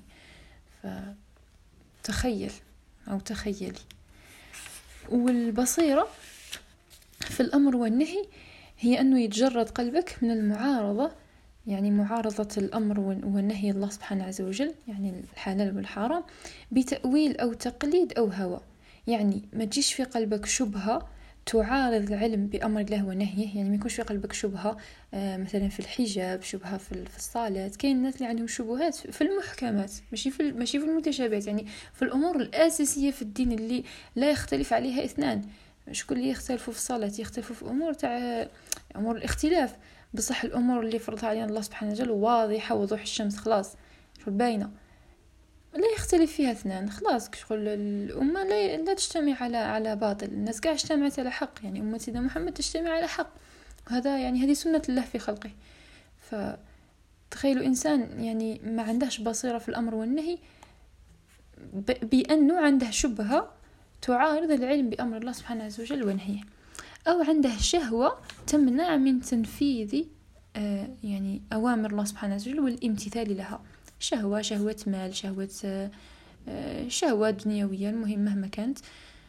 فتخيل أو تخيلي. والبصيرة في الأمر والنهي هي أنه يتجرد قلبك من المعارضة، يعني معارضة الأمر والنهي الله سبحانه عز وجل، يعني الحلال والحرام، بتأويل أو تقليد أو هوى. يعني ما تجيش في قلبك شبهة تعارض العلم بأمر الله ونهيه، يعني ما يكونش في قلبك شبهة مثلا في الحجاب، شبهة في الصلاة. كاين الناس اللي عندهم شبهات في المحكمات، ماشي في المتشابهات، يعني في الأمور الأساسية في الدين اللي لا يختلف عليها اثنان. شكون اللي يختلفوا في الصلاة؟ يختلفوا في أمور تاع أمور الاختلاف، بصح الأمور اللي فرضها علينا الله سبحانه وتعالى واضحة وضوح الشمس، خلاص شو باينة، لا يختلف فيها اثنان. خلاص شغل الأمة لا تجتمع على باطل، الناس قاع اجتمعت على حق، يعني أمة سيدنا محمد تجتمع على حق، وهذا يعني هذه سنة الله في خلقه. فتخيلوا إنسان يعني ما عندهش بصيرة في الأمر والنهي، بأنه عنده شبهة تعارض العلم بأمر الله سبحانه عز وجل ونهيه، أو عنده شهوة تمنع من تنفيذ يعني أوامر الله سبحانه عز وجل والامتثال لها، شهوة مال، شهوة دنيوية، المهم مهما كانت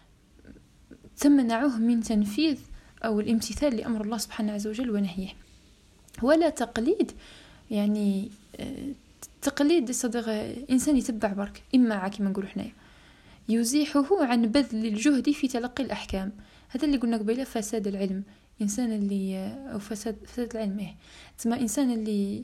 تمنعه من تنفيذ أو الامتثال لأمر الله سبحانه عز وجل ونهيه. ولا تقليد، يعني تقليد صدق إنسان يتبع برك إما كما نقولوا حنايا، يزيحه عن بذل الجهد في تلقي الأحكام. هذا اللي قلنا قبيله فساد العلم، إنسان اللي أو فساد العلم تسمى إنسان اللي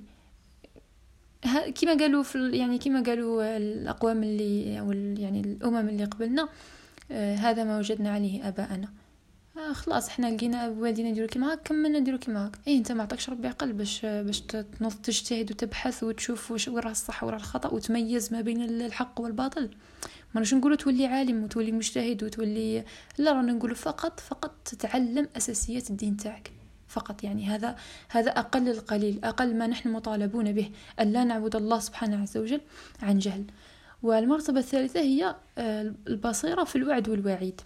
كما قالوا يعني كما قالوا الأقوام اللي أو يعني الأمم اللي قبلنا، هذا ما وجدنا عليه آباءنا، خلاص احنا لقينا والدينا نديروا كيما هاك، كملنا نديروا كيما هاك. انت ما عطاكش ربي عقل باش تنوض تجتهد وتبحث وتشوف وين راه الصح وين الخطأ وتميز ما بين الحق والباطل. ما نش نقولوا تولي عالم وتولي مجتهد وتولي، لا، رانا نقولوا فقط تتعلم أساسيات الدين تاعك فقط. يعني هذا أقل القليل، أقل ما نحن مطالبون به، أن لا نعبد الله سبحانه عز وجل عن جهل. والمرتبة الثالثة هي البصيرة في الوعد والوعيد،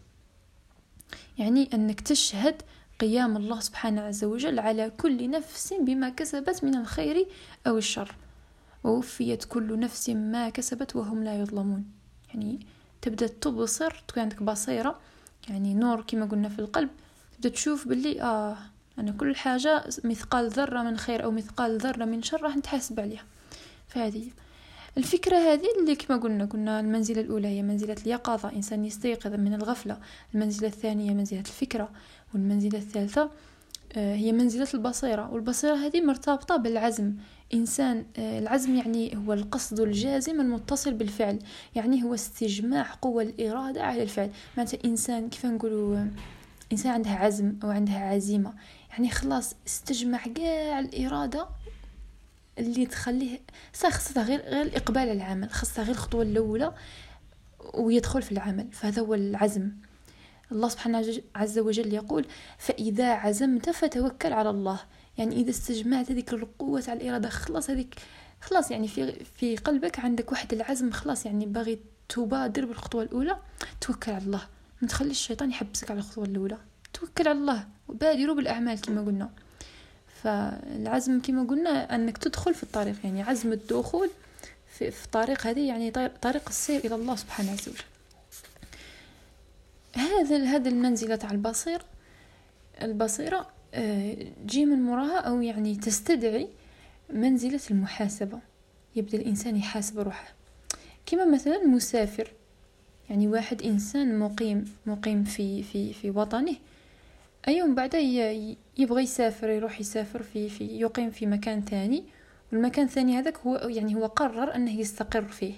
يعني أنك تشهد قيام الله سبحانه عز وجل على كل نفس بما كسبت من الخير أو الشر، ووفيت كل نفس ما كسبت وهم لا يظلمون. يعني تبدأ تبصر، تكون عندك بصيرة، يعني نور كما قلنا في القلب، تبدأ تشوف باللي أنا كل حاجة مثقال ذرة من خير أو مثقال ذرة من شر راح نتحاسب عليها. فهذه الفكرة هذه اللي كما قلنا المنزلة الأولى هي منزلة اليقظة، إنسان يستيقظ من الغفلة. المنزلة الثانية منزلة الفكرة، والمنزلة الثالثة هي منزلة البصيرة. والبصيرة هذه مرتبطة بالعزم. إنسان العزم يعني هو القصد الجازم المتصل بالفعل، يعني هو استجماع قوة الإرادة على الفعل. معناتها إنسان كيف نقولوا إنسان عنده عزم أو عندها عزيمة، يعني خلاص استجمع كاع الإرادة اللي تخليه خاصة غير الإقبال على العمل، خاصة غير الخطوة الأولى ويدخل في العمل. فهذا هو العزم. الله سبحانه عز وجل يقول فإذا عزمت فتوكل على الله، يعني إذا استجمعت هذيك القوة على الإرادة، خلاص هذيك خلاص يعني في قلبك عندك واحد العزم، خلاص يعني باغي تبادر بالخطوة الأولى، توكل على الله، ما تخليش الشيطان يحبسك على الخطوة الأولى، توكل على الله وبادروا بالأعمال كما قلنا. فالعزم كما قلنا أنك تدخل في الطريق، يعني عزم الدخول في طريق هذه، يعني طريق السير إلى الله سبحانه وتعالى. هذا المنزلة تاع البصيرة جي من مراها، أو يعني تستدعي منزلة المحاسبة. يبدأ الإنسان يحاسب روحه، كما مثلا مسافر، يعني واحد إنسان مقيم في وطنه، أيوم بعد يبغى يسافر، يروح يسافر يقيم في مكان ثاني، والمكان الثاني هذاك هو قرر أنه يستقر فيه.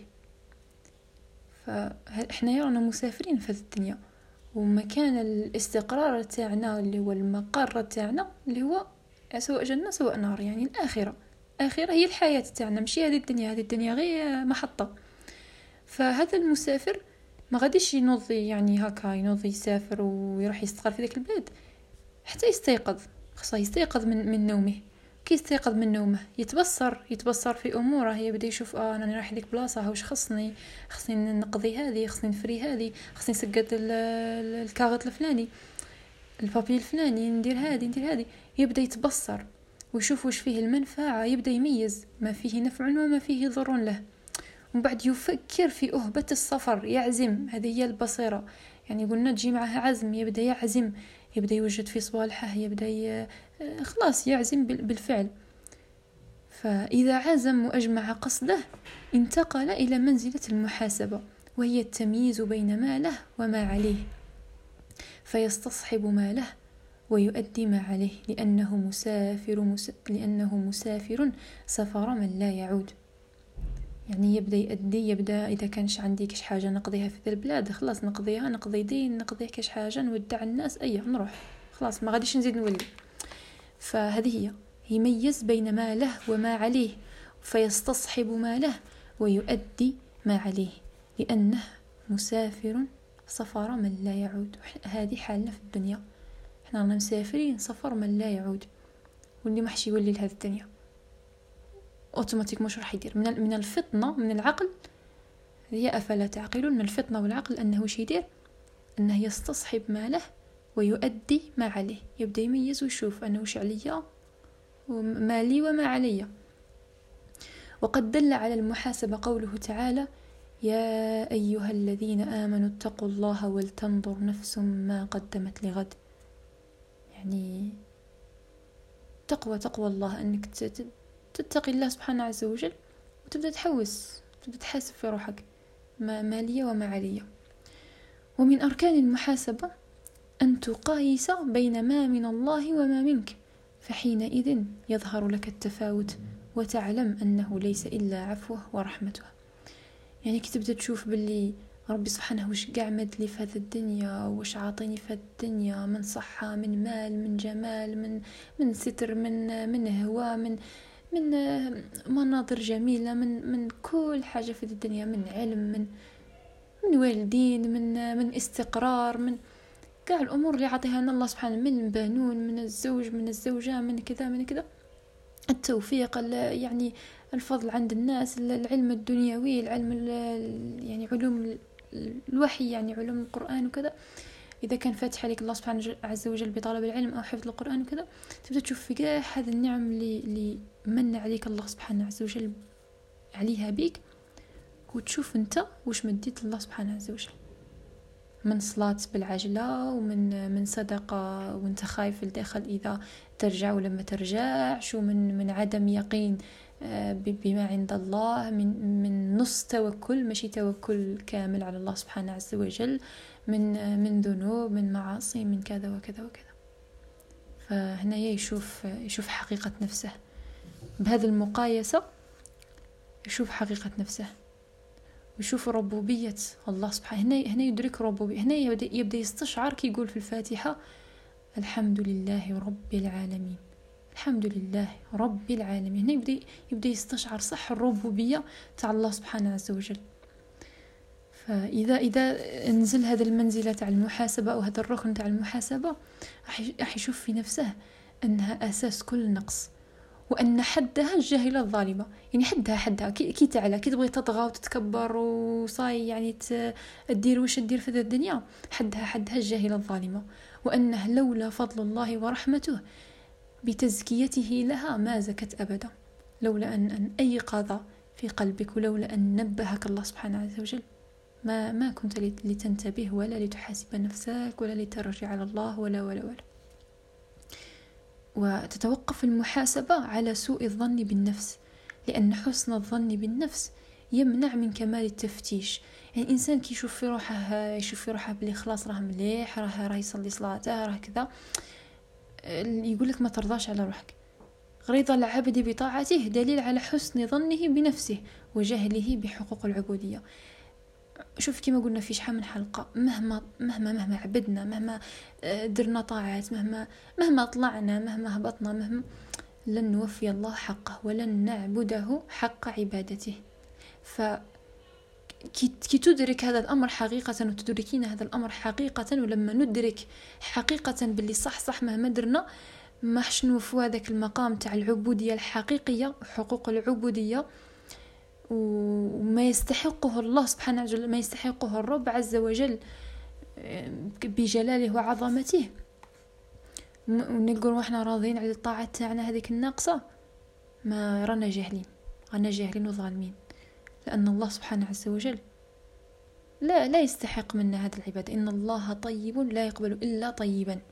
فإحنا يرانا مسافرين في الدنيا، ومكان الاستقرار تاعنا اللي هو المقر تاعنا اللي هو سواء جنة سواء نار، يعني الآخرة هي الحياة تاعنا، ماشي هذه الدنيا غير محطة. فهذا المسافر ما غاديش ينوضي يعني هكا يسافر ويروح يستقر في ذاك البلاد حتى يستيقظ. خاصه يستيقظ من نومه. كي يستيقظ من نومه يتبصر في اموره، يبدا يشوف انا رايح لك بلاصه، واش خصني نقضي هذه، خصني نفري هذه، خصني نسقط الكاغط الفلاني، البابي الفلاني، ندير هذه. يبدا يتبصر ويشوف واش فيه المنفعه، يبدا يميز ما فيه نفع وما فيه ضر له، ومن بعد يفكر في أهبة السفر، يعزم. هذه هي البصيرة، يعني قلنا تجي معها عزم، يبدأ يعزم، يبدأ يوجد في صوالحه، يبدأ خلاص يعزم بالفعل. فإذا عزم وأجمع قصده انتقل إلى منزلة المحاسبة، وهي التمييز بين ما له وما عليه، فيستصحب ما له ويؤدي ما عليه، لأنه مسافر سفر من لا يعود. يعني يبدأ إذا كانش عندي كش حاجة نقضيها في ذا البلاد، خلاص نقضيها، نقضي دين، نقضي كش حاجة، نودع الناس، نروح خلاص، ما غاديش نزيد نولي. فهذه هي يميز بين ما له وما عليه، فيستصحب ما له ويؤدي ما عليه، لأنه مسافر سفر من لا يعود. هذه حالنا في الدنيا، احنا مسافرين سفر من لا يعود، واللي محشي يولي لهذه الدنيا اوتوماتيك مش راح يدير. من الفطنه، من العقل، هي افلا تعقلون، من الفطنه والعقل انه وش يدير، انه يستصحب ما له ويؤدي ما عليه، يبدا يميز ويشوف انه وش عليا وما لي وما عليا. وقد دل على المحاسبه قوله تعالى: يا ايها الذين امنوا اتقوا الله ولتنظر نفس ما قدمت لغد. يعني تقوى الله، انك تتقي الله سبحانه عز وجل، وتبدأ تبدأ تحاسب في روحك ما لي وما علي. ومن أركان المحاسبة أن تقايس بين ما من الله وما منك، فحينئذ يظهر لك التفاوت وتعلم أنه ليس إلا عفوه ورحمته. يعني كي تبدأ تشوف باللي ربي سبحانه وش قاعد لي في هذه الدنيا، وش عاطيني في هذه الدنيا من صحة، من مال، من جمال، من ستر، من هواء، من مناظر جميلة، من كل حاجة في الدنيا، من علم، من والدين، من استقرار، من كاع الأمور اللي عطيها لنا الله سبحانه، من بنون، من الزوج، من الزوجة، من كذا، التوفيق، يعني الفضل عند الناس، العلم الدنيوي، العلم يعني علوم الوحي، يعني علوم القرآن وكذا. إذا كان فاتح عليك الله سبحانه عز وجل بطلب العلم أو حفظ القرآن وكذا، تبدأ تشوف في كاع هذه النعم اللي من عليك الله سبحانه عز وجل عليها بيك، وتشوف أنت وش مديت الله سبحانه عز وجل من صلاة بالعجلة، ومن صدقة وانت خايف الداخل إذا ترجع ولا ما ترجعش، ومن عدم يقين بما عند الله، من نص توكل، ماشي توكل كامل على الله سبحانه عز وجل، من ذنوب، من معاصي، من كذا وكذا وكذا. فهنا يشوف حقيقة نفسه بهذه المقايسة، يشوف حقيقة نفسه ويشوف ربوبية الله سبحانه. هنا يدرك ربوبية، هنا يبدأ يستشعر كي يقول في الفاتحة: الحمد لله رب العالمين، الحمد لله رب العالمين. هنا يبدأ يستشعر صح الربوبية تاع الله سبحانه عز وجل. فإذا نزل هذا المنزلة تاع المحاسبة أو هذا الركن تاع المحاسبة، راح يشوف في نفسه أنها أساس كل نقص، وأن حدها الجاهلة الظالمة. يعني حدها كي تعلى، كي تبغي تطغى وتتكبر وصاي يعني تدير واش تدير في الدنيا، حدها الجاهلة الظالمة. وأنه لولا فضل الله ورحمته بتزكيته لها ما زكت أبدا. لولا أن أيقظ في قلبك، ولولا أن نبهك الله سبحانه عز وجل، ما كنت لتنتبه ولا لتحاسب نفسك ولا لترجع على الله ولا. وتتوقف المحاسبة على سوء الظن بالنفس، لأن حسن الظن بالنفس يمنع من كمال التفتيش. يعني الإنسان كي يشوف في روحه بلي خلاص راه مليح، راه يصلي صلاته، راه كذا، يقولك ما ترضاش على روحك. رضا العبد بطاعته دليل على حسن ظنه بنفسه وجهله بحقوق العبودية. شوف كما قلنا في شحال من حلقة، مهما عبدنا، مهما درنا طاعات، مهما طلعنا، مهما هبطنا، لن نوفي الله حقه ولن نعبده حق عبادته. كي تدرك هذا الأمر حقيقة، وتدركين هذا الأمر حقيقة، ولما ندرك حقيقة باللي صح مهما درنا ما حش نوفوا هذاك المقام تاع العبودية الحقيقية، حقوق العبودية، وما يستحقه الله سبحانه وتعالى، ما يستحقه الرب عز وجل بجلاله وعظمته، ونلقوا روحنا راضين على الطاعة تاعنا هذيك الناقصة، ما رانا جاهلين وظالمين. لأن الله سبحانه عز وجل لا يستحق منا هذا العبادة. إن الله طيب لا يقبل إلا طيبا.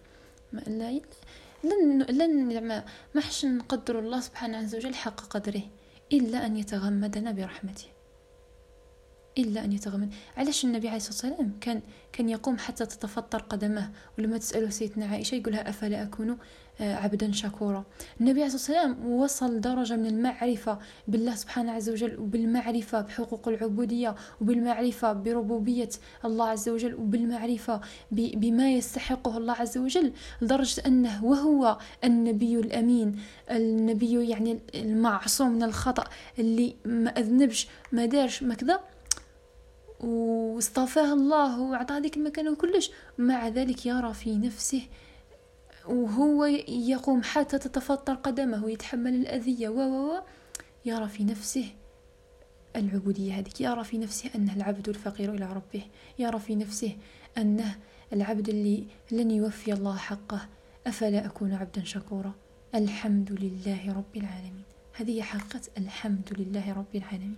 ما حش نقدر الله سبحانه عز وجل حق قدره إلا أن يتغمدنا برحمته، إلا أن يتغمد. علاش النبي عليه الصلاة والسلام كان يقوم حتى تتفطر قدمه، ولما تسأله سيدنا عائشة يقولها أفلا أكون عبدا شكورا. النبي عليه الصلاة والسلام وصل درجة من المعرفة بالله سبحانه عز وجل، وبالمعرفة بحقوق العبودية، وبالمعرفة بربوبية الله عز وجل، وبالمعرفة بما يستحقه الله عز وجل، لدرجة أنه وهو النبي الأمين، النبي يعني المعصوم من الخطأ، اللي ما أذنبش ما دارش ما كذا، واصطفاه الله وأعطاه ذيك المكان وكلش، مع ذلك يرى في نفسه وهو يقوم حتى تتفطر قدمه ويتحمل الأذية يرى في نفسه العبودية هذيك، يرى في نفسه أنه العبد الفقير إلى ربه، يرى في نفسه أنه العبد اللي لن يوفي الله حقه. أفلا أكون عبدا شكورا. الحمد لله رب العالمين. هذه حقيقة الحمد لله رب العالمين.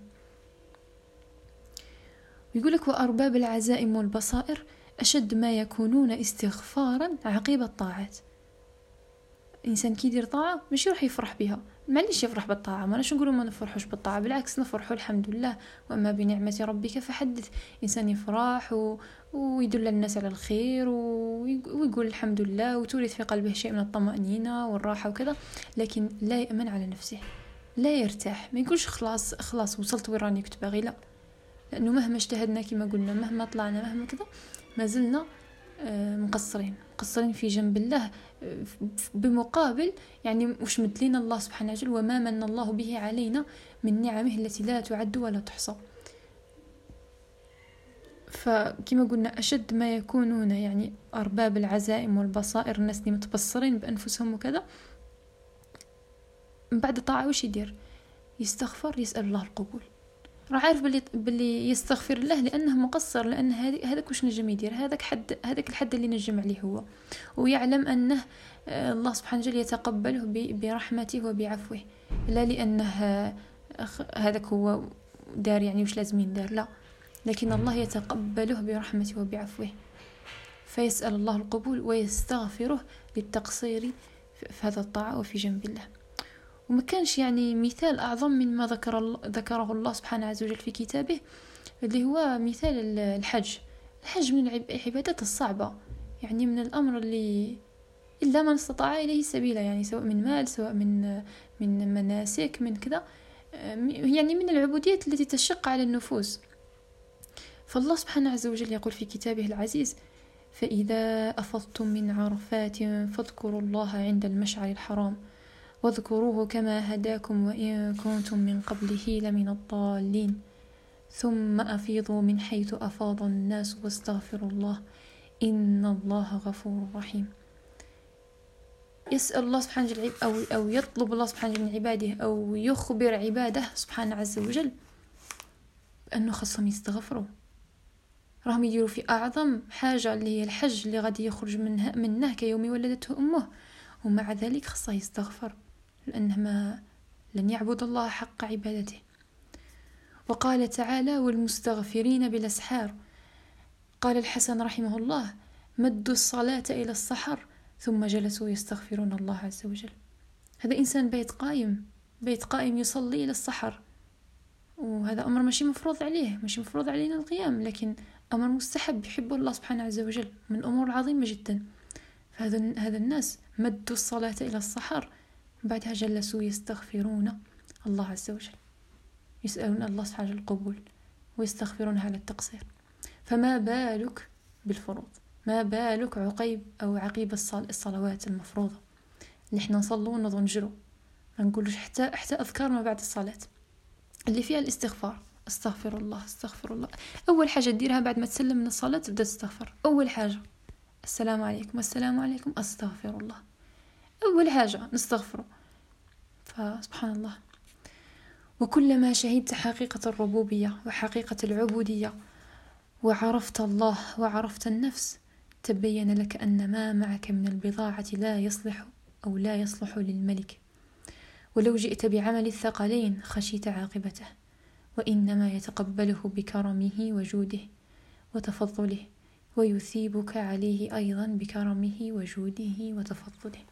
يقولك وأرباب العزائم والبصائر أشد ما يكونون استغفارا عقيب الطاعات. الإنسان كي يدير طاعة مش يروح يفرح بها، معليش يفرح بالطاعة، ما نش نقولوا ما نفرحوش بالطاعة، بالعكس نفرحوا الحمد لله، وأما بنعمة ربك فحدث. إنسان يفرح ويدل الناس على الخير ويقول الحمد لله، وتورث في قلبه شيء من الطمأنينة والراحة وكذا، لكن لا يأمن على نفسه، لا يرتاح، ما يقولش خلاص وصلت وين راني كنت باغي، لا، لأنه مهما اجتهدنا كما قلنا، مهما طلعنا، مهما كذا، ما زلنا مقصرين في جنب الله. بمقابل يعني وش مدلين الله سبحانه وتعالى، وما من الله به علينا من نعمه التي لا تعد ولا تحصى. فكما قلنا أشد ما يكونون يعني أرباب العزائم والبصائر، الناس اللي متبصرين بأنفسهم وكذا، من بعد طاعة وش يدير؟ يستغفر، يسأل الله القبول، راه عارف باللي يستغفر الله لأنه مقصر، لأن هذاك واش نجم يدير، هذاك الحد اللي نجم عليه هو، ويعلم أنه الله سبحانه وتعالى يتقبله برحمته وبعفوه، لا لأنه هذاك هو دار يعني وش لازم يدار، لا، لكن الله يتقبله برحمته وبعفوه، فيسأل الله القبول ويستغفره للتقصير في هذا الطاعة وفي جنب الله. وما كانش يعني مثال أعظم من ما ذكره الله سبحانه عز وجل في كتابه، اللي هو مثال الحج من العبادات الصعبة، يعني من الأمر اللي إلا من استطاع إليه سبيلا، يعني سواء من مال، سواء من مناسك، من كذا، يعني من العبوديات التي تشق على النفوس. فالله سبحانه عز وجل يقول في كتابه العزيز: فإذا أفضتم من عرفات فاذكروا الله عند المشعر الحرام واذكروه كما هداكم وإن كنتم من قبله لمن الضالين ثم أفيضوا من حيث أفاض الناس واستغفروا الله إن الله غفور رحيم. يسأل الله سبحانه وتعالى أو يطلب الله سبحانه وتعالى من عباده أو يخبر عباده سبحانه عز وجل بأنه خصهم يستغفروا، راهم يديروا في أعظم حاجة اللي هي الحج اللي غادي يخرج منه كيوم ولدته أمه، ومع ذلك خصه يستغفر لأنه ما لن يعبد الله حق عبادته. وقال تعالى والمستغفرين بالأسحار. قال الحسن رحمه الله مدوا الصلاة إلى السحر ثم جلسوا يستغفرون الله عز وجل. هذا إنسان بيت قائم يصلي إلى السحر، وهذا أمر ماشي مفروض عليه، ماشي مفروض علينا القيام، لكن أمر مستحب يحبه الله سبحانه عز وجل، من الأمور العظيمة جدا. هذا الناس مدوا الصلاة إلى السحر بعدها جلسوا يستغفرون الله عز وجل، يسألون الله سبحانه وتعالى القبول ويستغفرون على التقصير. فما بالك بالفروض، ما بالك عقيب الصلوات المفروضة اللي احنا نصلوا ونضنجروا، ما نقولوش حتى أذكار ما بعد الصلاة اللي فيها الاستغفار. استغفر الله استغفر الله، أول حاجة تديرها بعد ما تسلم من الصلاة تبدأ تستغفر. أول حاجة السلام عليكم والسلام عليكم أستغفر الله، أول حاجة نستغفره. فسبحان الله. وكلما شهدت حقيقة الربوبية وحقيقة العبودية وعرفت الله وعرفت النفس تبين لك أن ما معك من البضاعة لا يصلح للملك، ولو جئت بعمل الثقلين خشيت عاقبته، وإنما يتقبله بكرمه وجوده وتفضله، ويثيبك عليه أيضا بكرمه وجوده وتفضله.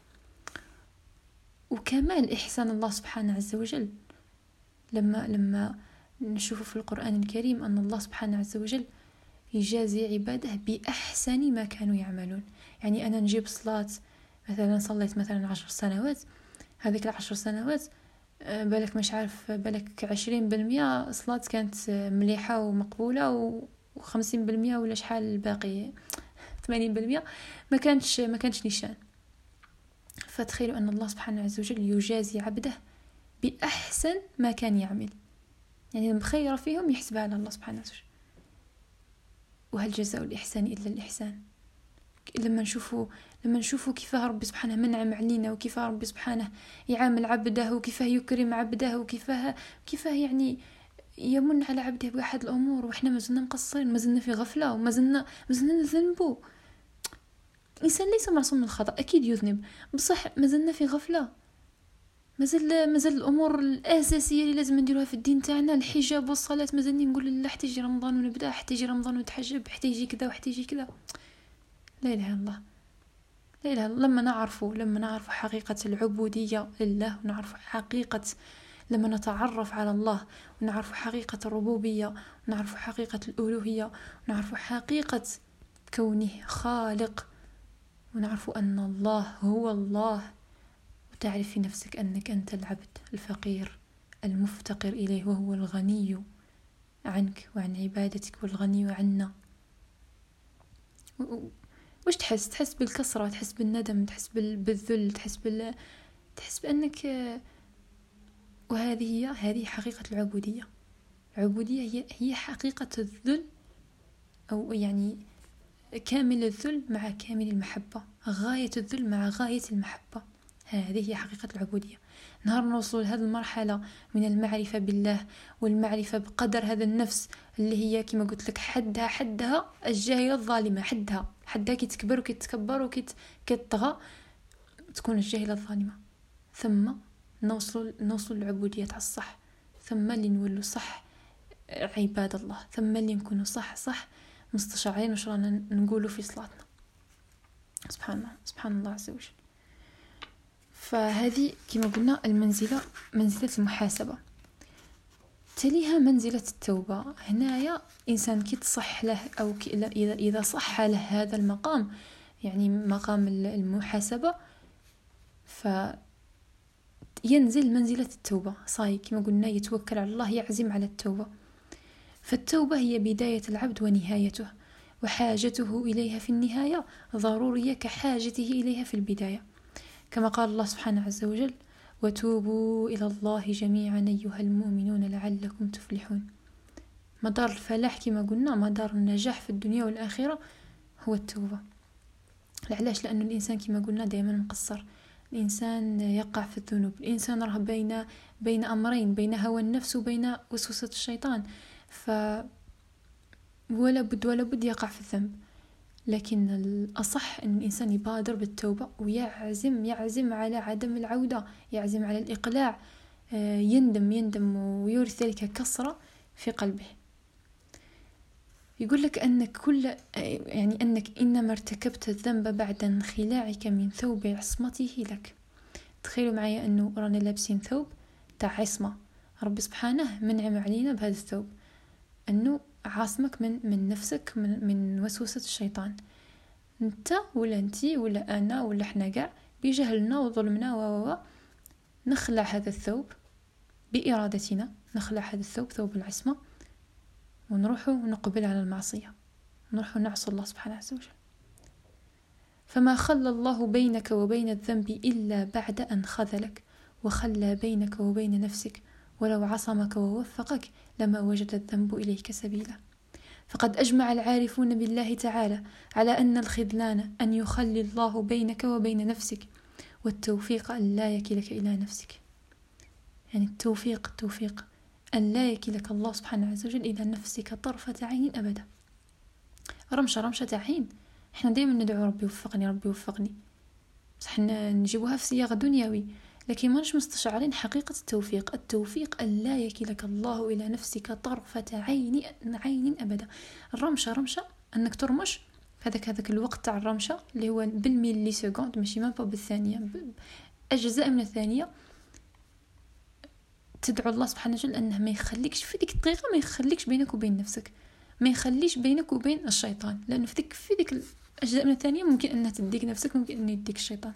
وكمال إحسان الله سبحانه عز وجل لما نشوف في القرآن الكريم أن الله سبحانه عز وجل يجازي عباده بأحسن ما كانوا يعملون. يعني أنا نجيب صلاة مثلا، صليت مثلا 10 سنوات، هذيك 10 سنوات بالك مش عارف، بالك 20% صلاة كانت مليحة ومقبولة، و50% ولا شحال الباقي 80% ما كانش نشان. فتخيلوا أن الله سبحانه عز وجل يجازي عبده بأحسن ما كان يعمل، يعني المخير فيهم يحسبها على الله سبحانه وتعالى. وهل جزاء الإحسان إلا الإحسان؟ لما نشوفوا كيف ربي سبحانه منعم علينا، وكيف ربي سبحانه يعامل عبده، وكيف يكرم عبده، وكيف يعني يمن على عبده بأحد الأمور، وإحنا ما زلنا مقصرين، ما زلنا في غفلة، وما زلنا نذنبوا. الإنسان ليس معصوم من الخطأ، أكيد يذنب، بصح ما زلنا في غفلة. ما زال الأمور الأساسية اللي لازم نديروها في الدين تاعنا، الحجاب والصلاة، ما زلني نقول لا حتى يجي رمضان ونبدأ، حتى يجي رمضان ونتحجب، حتى يجي كذا وحتى يجي كذا. لا إله إلا الله، لا إله إلا الله. لما نعرف حقيقة العبودية لله، ونعرف حقيقة، لما نتعرف على الله ونعرف حقيقة الربوبية، ونعرف حقيقة الألوهية، ونعرف حقيقة كونه خالق، ونعرف أن الله هو الله، وتعرف في نفسك أنك أنت العبد الفقير المفتقر إليه، وهو الغني عنك وعن عبادتك، والغني عنا. وش تحس بالكسرة، تحس بالندم، تحس بالذل، تحس بأنك. وهذه هي حقيقة العبودية. العبودية هي حقيقة الذل، أو يعني كامل الذل مع كامل المحبة، غاية الذل مع غاية المحبة. هذه هي حقيقة العبودية. نهار نوصل لهذه المرحلة من المعرفة بالله والمعرفة بقدر هذا النفس اللي هي كما قلت لك حدها الجاهلة الظالمة، حدها كي تكبر وكي تتكبر وكي تطغى تكون الجاهلة الظالمة. ثم نوصل للعبودية على الصح، ثم اللي نولوا صح عباد الله، ثم اللي نكونوا صح مستشعرين وش رانا نقولوا في صلاتنا. سبحان الله عز وجل. فهذه كما قلنا منزلة المحاسبة. تليها منزلة التوبة. هنايا إنسان كي تصح له، أو إذا صح له هذا المقام، يعني مقام المحاسبة، فينزل منزلة التوبة. صاي كما قلنا يتوكل على الله، يعزم على التوبة. فالتوبة هي بداية العبد ونهايته، وحاجته إليها في النهاية ضرورية كحاجته إليها في البداية، كما قال الله سبحانه عز وجل: وتوبوا إلى الله جميعا أيها المؤمنون لعلكم تفلحون. مدار الفلاح كما قلنا، مدار النجاح في الدنيا والآخرة هو التوبة. علاش؟ لأن الإنسان كما قلنا دائما مقصر، الإنسان يقع في الذنوب، الإنسان راه بين أمرين، بين هوى النفس وبين وسوسة الشيطان، ولا بد يقع في الذنب. لكن الأصح أن الإنسان يبادر بالتوبة ويعزم على عدم العودة، يعزم على الإقلاع، يندم ويورث ذلك كسرة في قلبه. يقول لك أنك أنك إنما ارتكبت الذنب بعد انخلاعك من ثوب عصمته لك. تخيلوا معي أنه رانا لابسين ثوب تاع عصمة، رب سبحانه منعم علينا بهذا الثوب، أنه عاصمك من نفسك، من وسوسة الشيطان. انت ولا انتي ولا أنا ولا احنا قاع بجهلنا وظلمنا نخلع هذا الثوب بإرادتنا، نخلع هذا الثوب، ثوب العصمة، ونروح ونقبل على المعصية، نروح نعصي الله سبحانه عز وجل. فما خلى الله بينك وبين الذنب إلا بعد أن خذلك وخلى بينك وبين نفسك، ولو عصمك ووفقك لما وجد الذنب إليك سبيلا. فقد أجمع العارفون بالله تعالى على أن الخذلان أن يخلي الله بينك وبين نفسك، والتوفيق أن لا يكلك إلى نفسك. يعني التوفيق أن لا يكلك الله سبحانه عز وجل إلى نفسك طرفة عين أبدا. رمشة عين. احنا دائما ندعو ربي وفقني، بس احنا نجيبوها في سياق دنيوي، لكن ما نش مستشعرين حقيقة التوفيق أن لا يكلك الله إلى نفسك طرفة عين أبدا. الرمشة أنك ترمش هذاك الوقت تاع الرمشة اللي هو بالميلي سكوند، ماشي ما بالثانية، أجزاء من الثانية. تدعو الله سبحانه وتعالى أنه ما يخليكش في ديك الدقيقة، ما يخليكش بينك وبين نفسك، ما يخليش بينك وبين الشيطان، لأنه في ديك الأجزاء من الثانية ممكن أن تديك نفسك، ممكن أن يديك الشيطان.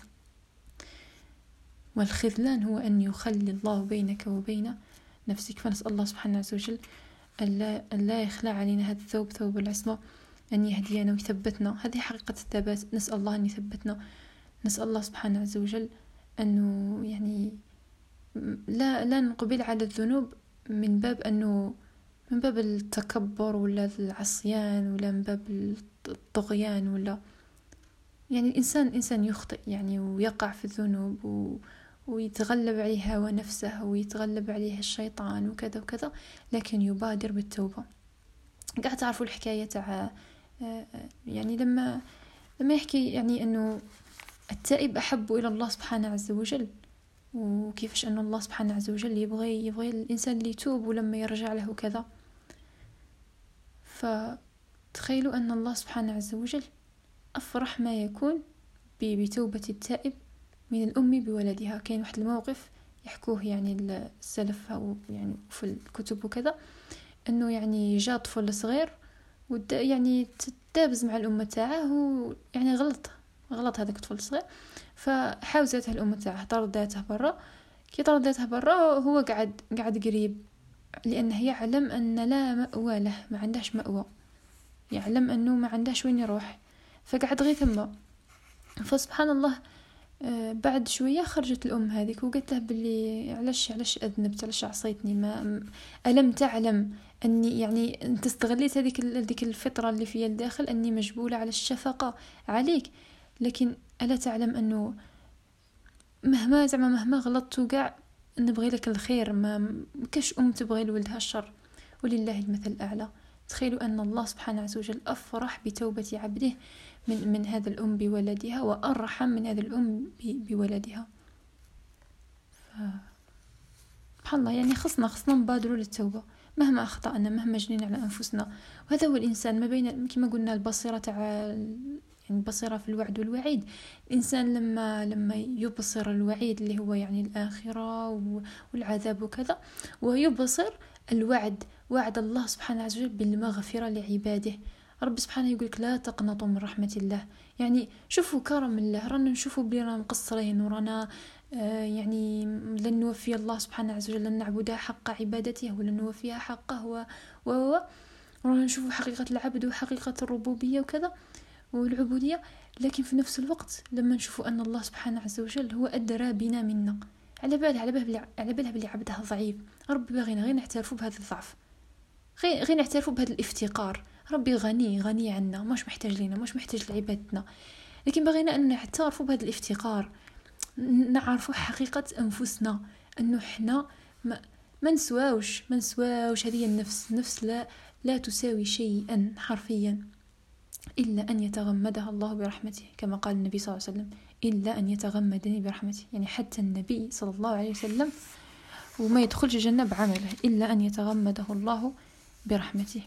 والخذلان هو أن يخلي الله بينك وبين نفسك. فنسأل الله سبحانه عز وجل أن لا يخلع علينا هذا الثوب، ثوب العصمة، أن يهدينا ويثبتنا. هذه حقيقة الثبات، نسأل الله أن يثبتنا. نسأل الله سبحانه عز وجل أنه يعني لا نقبل على الذنوب من باب التكبر ولا العصيان، ولا من باب الطغيان، ولا يعني الإنسان يخطئ يعني ويقع في الذنوب ويتغلب عليه هوى نفسه ويتغلب عليه الشيطان وكذا وكذا، لكن يبادر بالتوبة. قاعد تعرفوا الحكاية تاع يعني لما يحكي يعني أنه التائب أحب إلى الله سبحانه عز وجل، وكيفاش أن الله سبحانه عز وجل يبغي الإنسان اللي يتوب ولما يرجع له كذا. فتخيلوا أن الله سبحانه عز وجل أفرح ما يكون بتوبة التائب من الأم بولدها. كاين واحد الموقف يحكوه يعني السلف يعني في الكتب وكذا، أنه يعني جاء طفل صغير يعني تدابز مع الأم تاعه، ويعني غلط هذاك الطفل الصغير، فحاوزته الأم تاعه، طردته برا. كي طردته برا هو قاعد قريب، لأنه يعلم أن لا مأوى له، ما عندهش مأوى، يعلم أنه ما عندهش وين يروح، فقعد غير ثم. فسبحان الله بعد شوية خرجت الأم هذيك وقالت له باللي علاش أذنبت، علاش عصيتني، ما ألم تعلم أني يعني أنت استغليت هذيك الفطرة اللي في الداخل، أني مجبولة على الشفقة عليك، لكن ألا تعلم أنه مهما غلطت وقع نبغي لك الخير، ما كاش تبغي لولدها الشر، ولله المثل الأعلى. تخيلوا أن الله سبحانه عز وجل أفرح بتوبة عبده من هذا الأم بولدها، وأرحم من هذا الأم بولدها. سبحان الله، يعني خصنا نبادروا للتوبة مهما أخطأنا، مهما جنينا على أنفسنا. وهذا هو الإنسان، ما بين كما قلنا البصيرة تاع يعني البصيرة في الوعد والوعيد. الإنسان لما يبصر الوعيد اللي هو يعني الآخرة والعذاب وكذا، ويبصر وعد الله سبحانه عز وجل بالمغفرة لعباده. رب سبحانه يقولك لا تقنطوا من رحمة الله. يعني شوفوا كرم الله، رانا نشوفوا بلينا مقصرين، ورانا يعني لن نوفي الله سبحانه عز وجل، لن نعبدها حق عبادته ولن نوفيها حقه، ورانا نشوفوا حقيقة العبد وحقيقة الربوبية وكذا والعبودية. لكن في نفس الوقت لما نشوفوا أن الله سبحانه عز وجل هو أدرى بنا منا، على بالها بلي عبدها ضعيف، ربي باغينا غير نعترفوا بهذا الضعف، غير نعترفوا بهذا الافتقار. ربي غني عنا، مش محتاج لنا، مش محتاج لعبادتنا، لكن بغينا أن نعترفوا بهذا الافتقار. نعرف حقيقة أنفسنا، أنه إحنا ما نسواوش هذه النفس لا تساوي شيئا حرفيا إلا أن يتغمدها الله برحمته، كما قال النبي صلى الله عليه وسلم إلا أن يتغمدني برحمته. يعني حتى النبي صلى الله عليه وسلم وما يدخلش الجنة بعمله إلا أن يتغمده الله برحمته.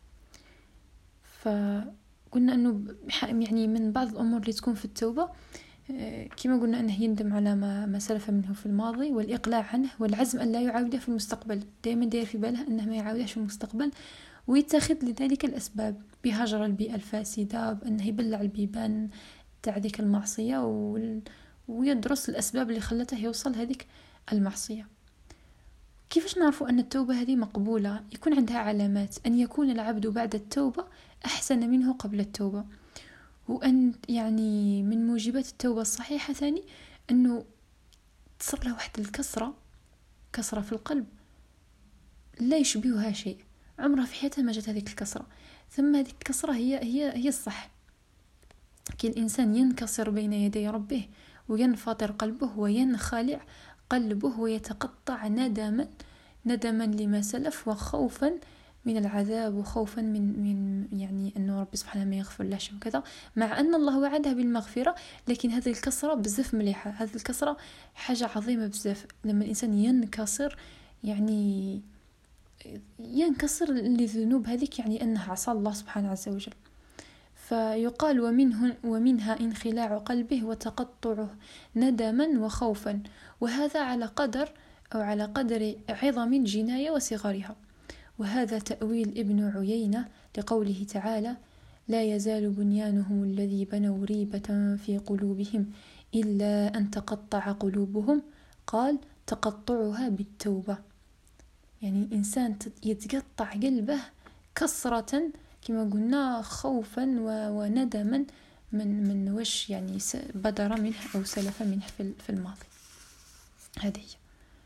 فقلنا أنه يعني من بعض الأمور اللي تكون في التوبة كما قلنا أنه يندم على ما سلف منه في الماضي، والإقلاع عنه، والعزم أن لا يعاوده في المستقبل. دائما داير في باله أنه ما يعاودهش في المستقبل، ويتخذ لذلك الأسباب بهجر البيئة الفاسدة، بأنه يبلع البيبان تاع ذيك المعصية، ويدرس الأسباب اللي خلته يوصل هذيك المعصية. كيفاش نعرفوا أن التوبة هذه مقبولة؟ يكون عندها علامات: أن يكون العبد بعد التوبة أحسن منه قبل التوبة، وأن يعني من موجبات التوبة الصحيحة ثاني أنه تصير له واحد كسرة في القلب لا يشبهها شيء، عمرها في حياتها ما جت هذيك الكسرة. ثم هذيك الكسرة هي الصح. كي الإنسان ينكسر بين يدي ربه وينفطر قلبه وينخلع قلبه ويتقطع ندما لما سلف، وخوفا من العذاب، وخوفا من يعني أنه ربي سبحانه ما يغفر له وكذا، مع أن الله وعدها بالمغفرة. لكن هذه الكسرة بزاف مليحة، هذه الكسرة حاجة عظيمة بزاف. لما الإنسان ينكسر، يعني ينكسر للذنوب هذيك، يعني أنه عصى الله سبحانه عز وجل. فيقال ومنها انخلاع قلبه وتقطعه ندما وخوفا، وهذا على قدر عظم الجناية وصغرها. وهذا تأويل ابن عيينة لقوله تعالى: لا يزال بنيانهم الذي بنوا ريبة في قلوبهم إلا أن تقطع قلوبهم. قال: تقطعها بالتوبة. يعني الإنسان يتقطع قلبه كسرة كما قلنا، خوفا وندما من وش يعني بدر منه أو سلف منه في الماضي. هذه هي.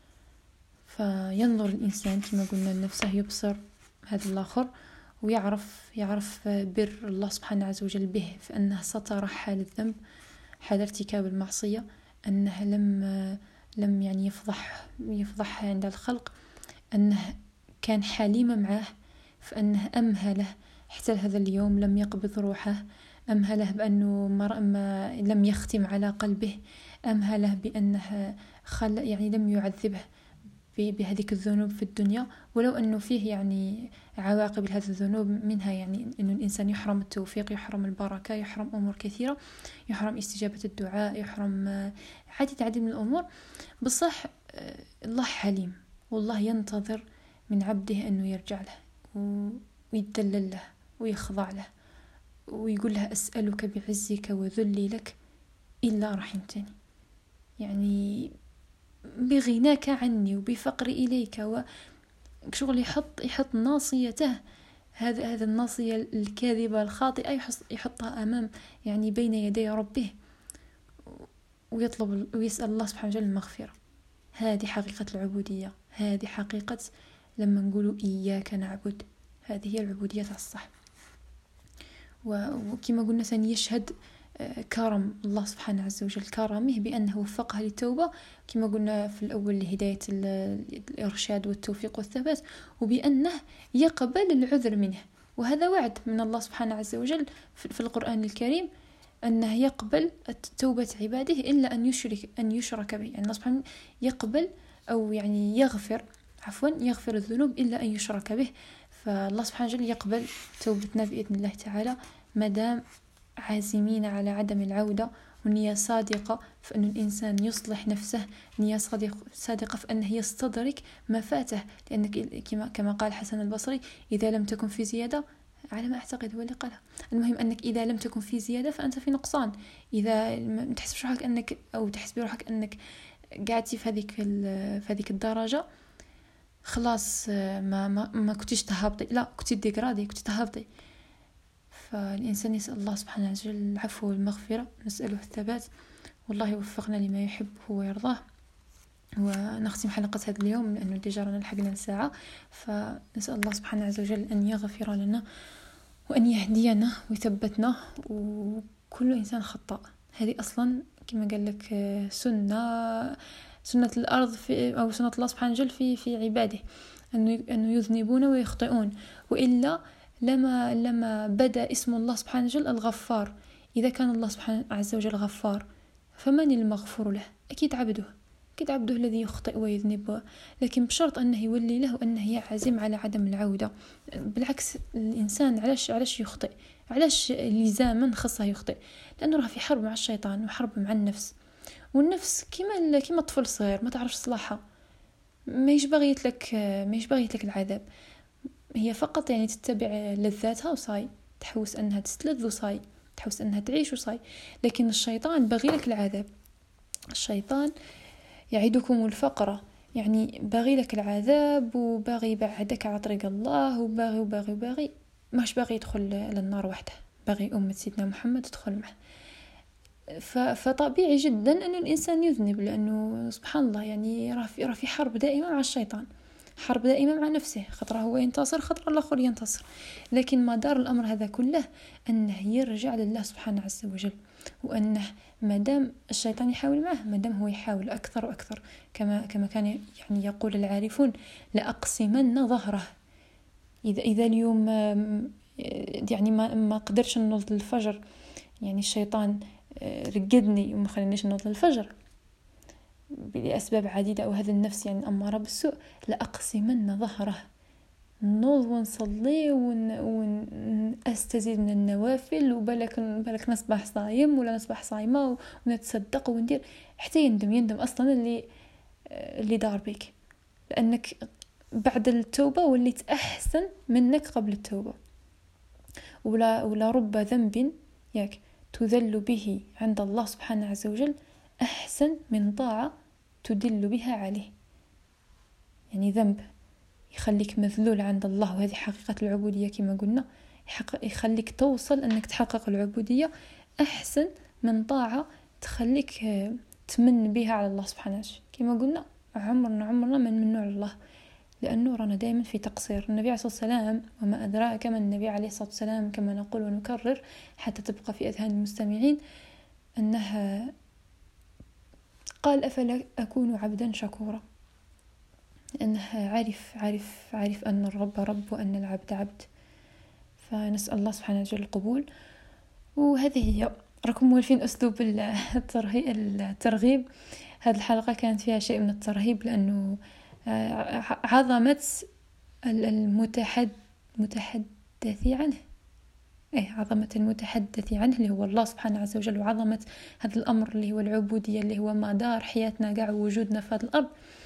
فينظر الإنسان كما قلنا لنفسه، يبصر هذا الآخر، ويعرف بر الله سبحانه عز وجل به، فأنه ستر حال الذنب، حال ارتكاب المعصية، أنه لم يعني يفضح عند الخلق، أنه كان حليم معه، فأنه أمهله حتى هذا اليوم، لم يقبض روحه، أمهله بأنه ما لم يختم على قلبه، أمهله بأنه يعني لم يعذبه بهذيك الذنوب في الدنيا، ولو أنه فيه يعني عواقب لهذه الذنوب، منها يعني أنه الإنسان يحرم التوفيق، يحرم البركة، يحرم أمور كثيرة، يحرم استجابة الدعاء، يحرم عديد من الأمور. بصح الله حليم، والله ينتظر من عبده أنه يرجع له ويتدلل له ويخضع له ويقول له: أسألك بعزك وذلي لك إلا رحمتني. يعني بغناك عني وبفقري إليك، وشغل يحط ناصيته، هذا الناصية الكاذبة الخاطئة يحطها أمام يعني بين يدي ربه، ويطلب ويسأل الله سبحانه وتعالى المغفرة. هذه حقيقة العبودية، هذه حقيقة لما نقولوا إياك نعبد، هذه هي العبودية الصح. وكما قلنا سنيشهد كرم الله سبحانه عز وجل، كرمه بأنه وفقها للتوبة كما قلنا في الأول لهداية الإرشاد والتوفيق والثبات، وبأنه يقبل العذر منه. وهذا وعد من الله سبحانه عز وجل في القرآن الكريم، أنه يقبل توبة عباده إلا أن يشرك به. يعني الله سبحانه يقبل أو يعني يغفر الذنوب إلا أن يشرك به. فالله سبحانه وتعالى يقبل توبتنا بإذن الله تعالى، مدام عازمين على عدم العودة، ونية صادقة في أن الإنسان يصلح نفسه، نية صادقة في أنه يستدرك ما فاته. لأنك كما قال حسن البصري: إذا لم تكن في زيادة، على ما أعتقد هو اللي قالها، المهم أنك إذا لم تكن في زيادة فأنت في نقصان. إذا ما تحسبش روحك أنك أو تحسبي روحك أنك قاعدتي في هذيك الدرجة، خلاص ما كنتيش تهابطي، لا كنتي ديغرادي، كنتي تهابطي. فالإنسان يسأل الله سبحانه وتعالى العفو والمغفرة، نسأله الثبات، والله يوفقنا لما يحبه ويرضاه. ونختم حلقة هذا اليوم لأنه ديجا لحقنا الساعة، فنسأل الله سبحانه عز وجل أن يغفر لنا وأن يهدينا ويثبتنا. وكل إنسان خطأ، هذه أصلا كما قال لك سنة الأرض أو سنة الله سبحانه وتعالى في عباده أنه يذنبون ويخطئون، وإلا لما بدأ اسم الله سبحانه وتعالى الغفار. إذا كان الله سبحانه عز وجل غفار فمن المغفور له؟ أكيد عبده الذي يخطئ ويذنب، لكن بشرط أنه يولي له أنه يعزم على عدم العودة. بالعكس الإنسان علاش يخطئ؟ علاش لزاما خصه يخطئ؟ لأنه راه في حرب مع الشيطان وحرب مع النفس، والنفس كما طفل صغير ما تعرفش صلاحها، ما يشبغيت لك العذاب، هي فقط يعني تتبع لذاتها وصاي، تحوس أنها تستلذ وصاي، تحوس أنها تعيش وصاي. لكن الشيطان باغي لك العذاب، الشيطان يعيدكم الفقر، يعني باغي لك العذاب وباغي يبعدك على طريق الله، وباغي ماش باغي يدخل للنار وحده، باغي أمة سيدنا محمد تدخل معه. فطبيعي جدا أن الإنسان يذنب، لأنه سبحان الله يعني راه في حرب دائمة مع الشيطان، حرب دائمة مع نفسه، خطرة هو ينتصر، خطرة الآخر ينتصر. لكن ما دار الأمر هذا كله أنه يرجع لله سبحانه عز وجل، وأنه مادام الشيطان يحاول معه، مادام هو يحاول أكثر وأكثر، كما كان يعني يقول العارفون: لأقسمن ظهره. إذا اليوم يعني ما قدرش نوض الفجر، يعني الشيطان رقدني وما خلينيش نوض الفجر لأسباب عديدة، أو هذا النفس يعني أمارة بالسوء، لأقسمن ظهره، نوض ونصلي ونستزيد من النوافل، وبالك نصبح صايم ولا نصبح صايمة، ونتصدق وندير حتى يندم أصلا اللي دار بك، لأنك بعد التوبة وليت أحسن منك قبل التوبة. ولا رب ذنب تذل به عند الله سبحانه عز وجل أحسن من طاعة تدل بها عليه. يعني ذنب يخليك مذلول عند الله، وهذه حقيقة العبودية كما قلنا، يخليك توصل أنك تحقق العبودية أحسن من طاعة تخليك تمن بها على الله سبحانه وتعالى. كما قلنا عمرنا من نوع الله، لأنه رانا دائما في تقصير. النبي عليه الصلاة والسلام، وما أدراك ما النبي عليه الصلاة والسلام، كما نقول ونكرر حتى تبقى في أذهان المستمعين، أنها قال: أفلا أكون عبدا شكورا، أنه عارف أن الرب رب وأن العبد عبد. فنسأل الله سبحانه وتعالى القبول. وهذه هي، راكم مولفين أسلوب الترغيب. هذه الحلقة كانت فيها شيء من الترهيب، لأنه عظمة المتحدث عنه، عظمة المتحدث عنه اللي هو الله سبحانه عز وجل، وعظمة هذا الأمر اللي هو العبودية، اللي هو مدار حياتنا قاع وجودنا في هذه الأرض.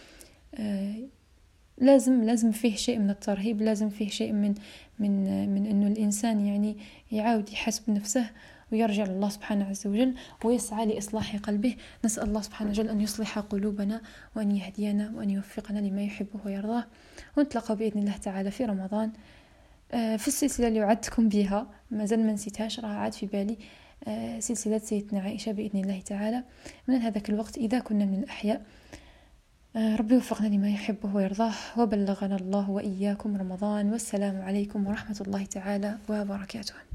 لازم فيه شيء من الترهيب، لازم فيه شيء من أنه الإنسان يعني يعاود يحسب نفسه ويرجع لله سبحانه عز وجل ويسعى لإصلاح قلبه. نسأل الله سبحانه وتعالى أن يصلح قلوبنا وأن يهدينا وأن يوفقنا لما يحبه ويرضاه. ونتلقى بإذن الله تعالى في رمضان في السلسلة اللي وعدتكم بها، ما زال ما نسيتهاش، راه عاد في بالي، سلسلة سيدتنا عائشة بإذن الله تعالى من هذاك الوقت إذا كنا من الأحياء. ربي يوفقنا لما يحبه ويرضاه، وبلغنا الله وإياكم رمضان. والسلام عليكم ورحمة الله تعالى وبركاته.